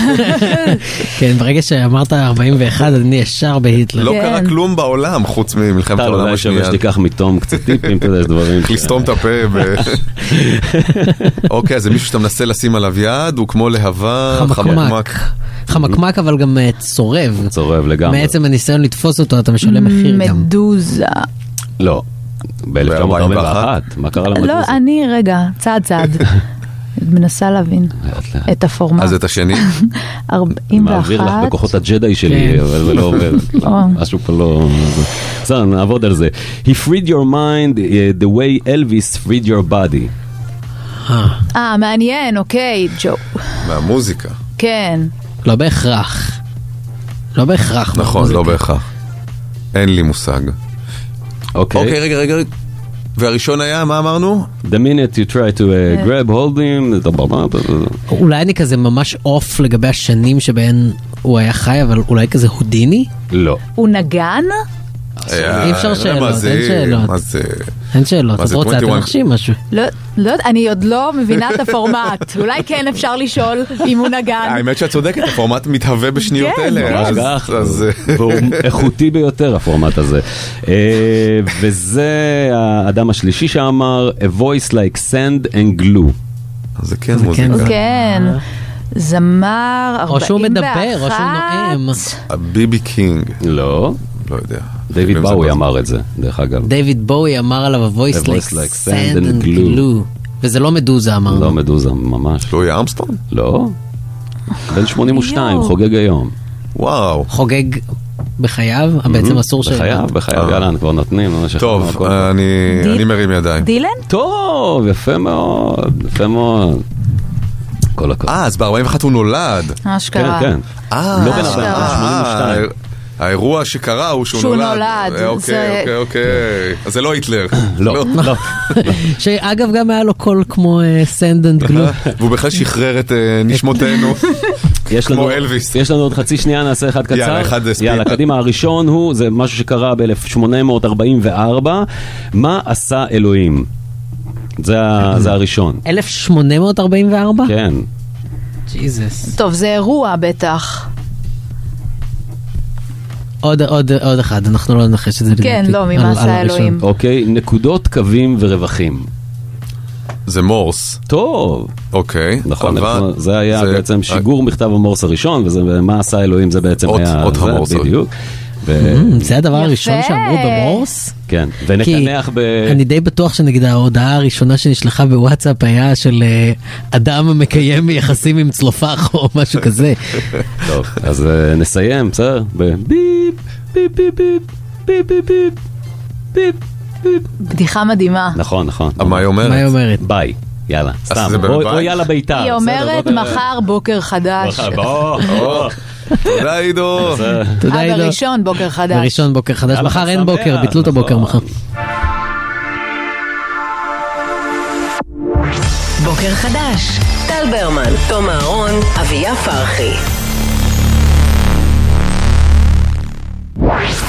כן, ברגע שאמרת ארבעים ואחת, אני ישר בהיטלר. לא קרה כלום בעולם, חוץ ממלחמת העולם השנייה. אתה לא שתיקח מתום קצת טיפים, אתה יודע, יש דברים. לסתום את הפה. אוקיי, אז מישהו שאתה מנסה לשים עליו יד, הוא כמו להבה חמקמק. חמקמק, אבל גם צורב. צורב לגמרי. מעצם הניסיון לתפוס אותו, אתה משלם מחיר גם. מדוזה. לא. ב-אלף תשע מאות ארבעים ואחת. מה קרה למדוזה? לא, אני, רגע, צעד צעד. מנסה להבין את הפורמט. אז את השני? ארבעים ואחת. מעביר לך בכוחות הג'די שלי, אבל זה לא עובד. משהו פה לא... בסדר, נעבוד על זה. He freed your mind the way Elvis freed your body. אה, מעניין, אוקיי, ג'ו. מהמוזיקה. כן. לא בהכרח. לא בהכרח. נכון, לא בהכרח. אין לי מושג. אוקיי. אוקיי, רגע, רגע. והראשון היה, מה אמרנו? The minute you try to uh, grab hold him. אולי אני כזה ממש אוף לגבי השנים שבהן הוא היה חי, אבל אולי כזה הודיני? לא. הוא נגן? אי אפשר שאלות, אין שאלות. אין שאלות, את רוצה, אתם מחשים משהו. לא, לא, אני עוד לא מבינה את הפורמט. אולי כן אפשר לשאול אם הוא נגן. האמת שאת צודקת, הפורמט מתהווה בשניות אלה. והוא איכותי ביותר, הפורמט הזה. וזה האדם השלישי שאמר, a voice like sand and glue. זה כן מוזיקה. כן. זמר ארבעים ואחת. או שהוא מדבר, או שהוא נואם. ביבי קינג. לא. לא יודע. דיוויד בואי אמר את זה, דרך אגב. דיוויד בואי אמר עליו a voice like sand and glue. וזה לא מדוזה אמרנו. לא מדוזה, ממש. לואי ארמסטרונג? לא. בן שמונים ושתיים, חוגג היום. וואו. חוגג בחייו? בעצם אסור ש... בחייו, בחייו, יאללה, כבר נותנים. טוב, אני מרים ידיים. דילן? טוב, יפה מאוד, יפה מאוד. כל הכל. אה, אז ב-ארבעים ואחת הוא נולד. אשכרה. כן, כן. אה, לא בן ארבעים, שמונים ושתיים. האירוע שקרה הוא שהוא שהוא נולד. נולד. אוקיי, זה- אוקיי, אוקיי. אז זה לא היטלר. לא, לא. שאגב גם היה לו קול כמו סנד אנד גלו. והוא בכלל שחרר את אה, נשמותינו. יש כמו לנו, אלוויס. יש לנו עוד חצי שנייה, נעשה אחד קצר. יאללה, אחד ספיד. יאללה, קדימה, הראשון הוא, זה משהו שקרה ב-אלף שמונה מאות ארבעים וארבע. מה עשה אלוהים? זה, ה- זה הראשון. אלף שמונה מאות ארבעים וארבע? כן. ג'יזוס. טוב, זה אירוע בטח. עוד, עוד, עוד אחד, אנחנו לא נחש את זה. כן, לדעתי. לא, ממה על- עשה על הראשון. אלוהים. אוקיי, נקודות, קווים ורווחים. זה מורס. טוב. אוקיי. נכון, אבל- זה היה זה- בעצם שיגור מכתב המורס הראשון, וזה מה עשה אלוהים, זה בעצם אות- היה... אות זה המורס. בדיוק. ו- Mm, זה הדבר הראשון שאמרו במורס? כן, ונקנח ב... אני די בטוח שנגיד ההודעה הראשונה שנשלחה בוואטסאפ היה של אה, אדם מקיים יחסים עם צלופח או משהו כזה. טוב, אז אה, נסיים, בסדר? בביפ, ביפ, ביפ, ביפ, ביפ, ביפ, ביפ, ביפ, ביפ. בדיחה מדהימה. נכון, נכון. מה היא אומרת? מה היא אומרת? ביי, יאללה, סתם. זה או באמת או ביי? יאללה ביתר. היא בסדר, אומרת בוא נ- מחר בוקר חדש. מחר, בוא, בוא. תודה עידו. בסדר. תודה אה, עידו. בראשון בוקר חדש. בראשון בוקר חדש, יאללה, מחר חג אין שמח, בוקר, ביטלו את הבוקר נכון. מחר. בוקר חדש, טל ברמן, תום אהרון, אביה פרחי.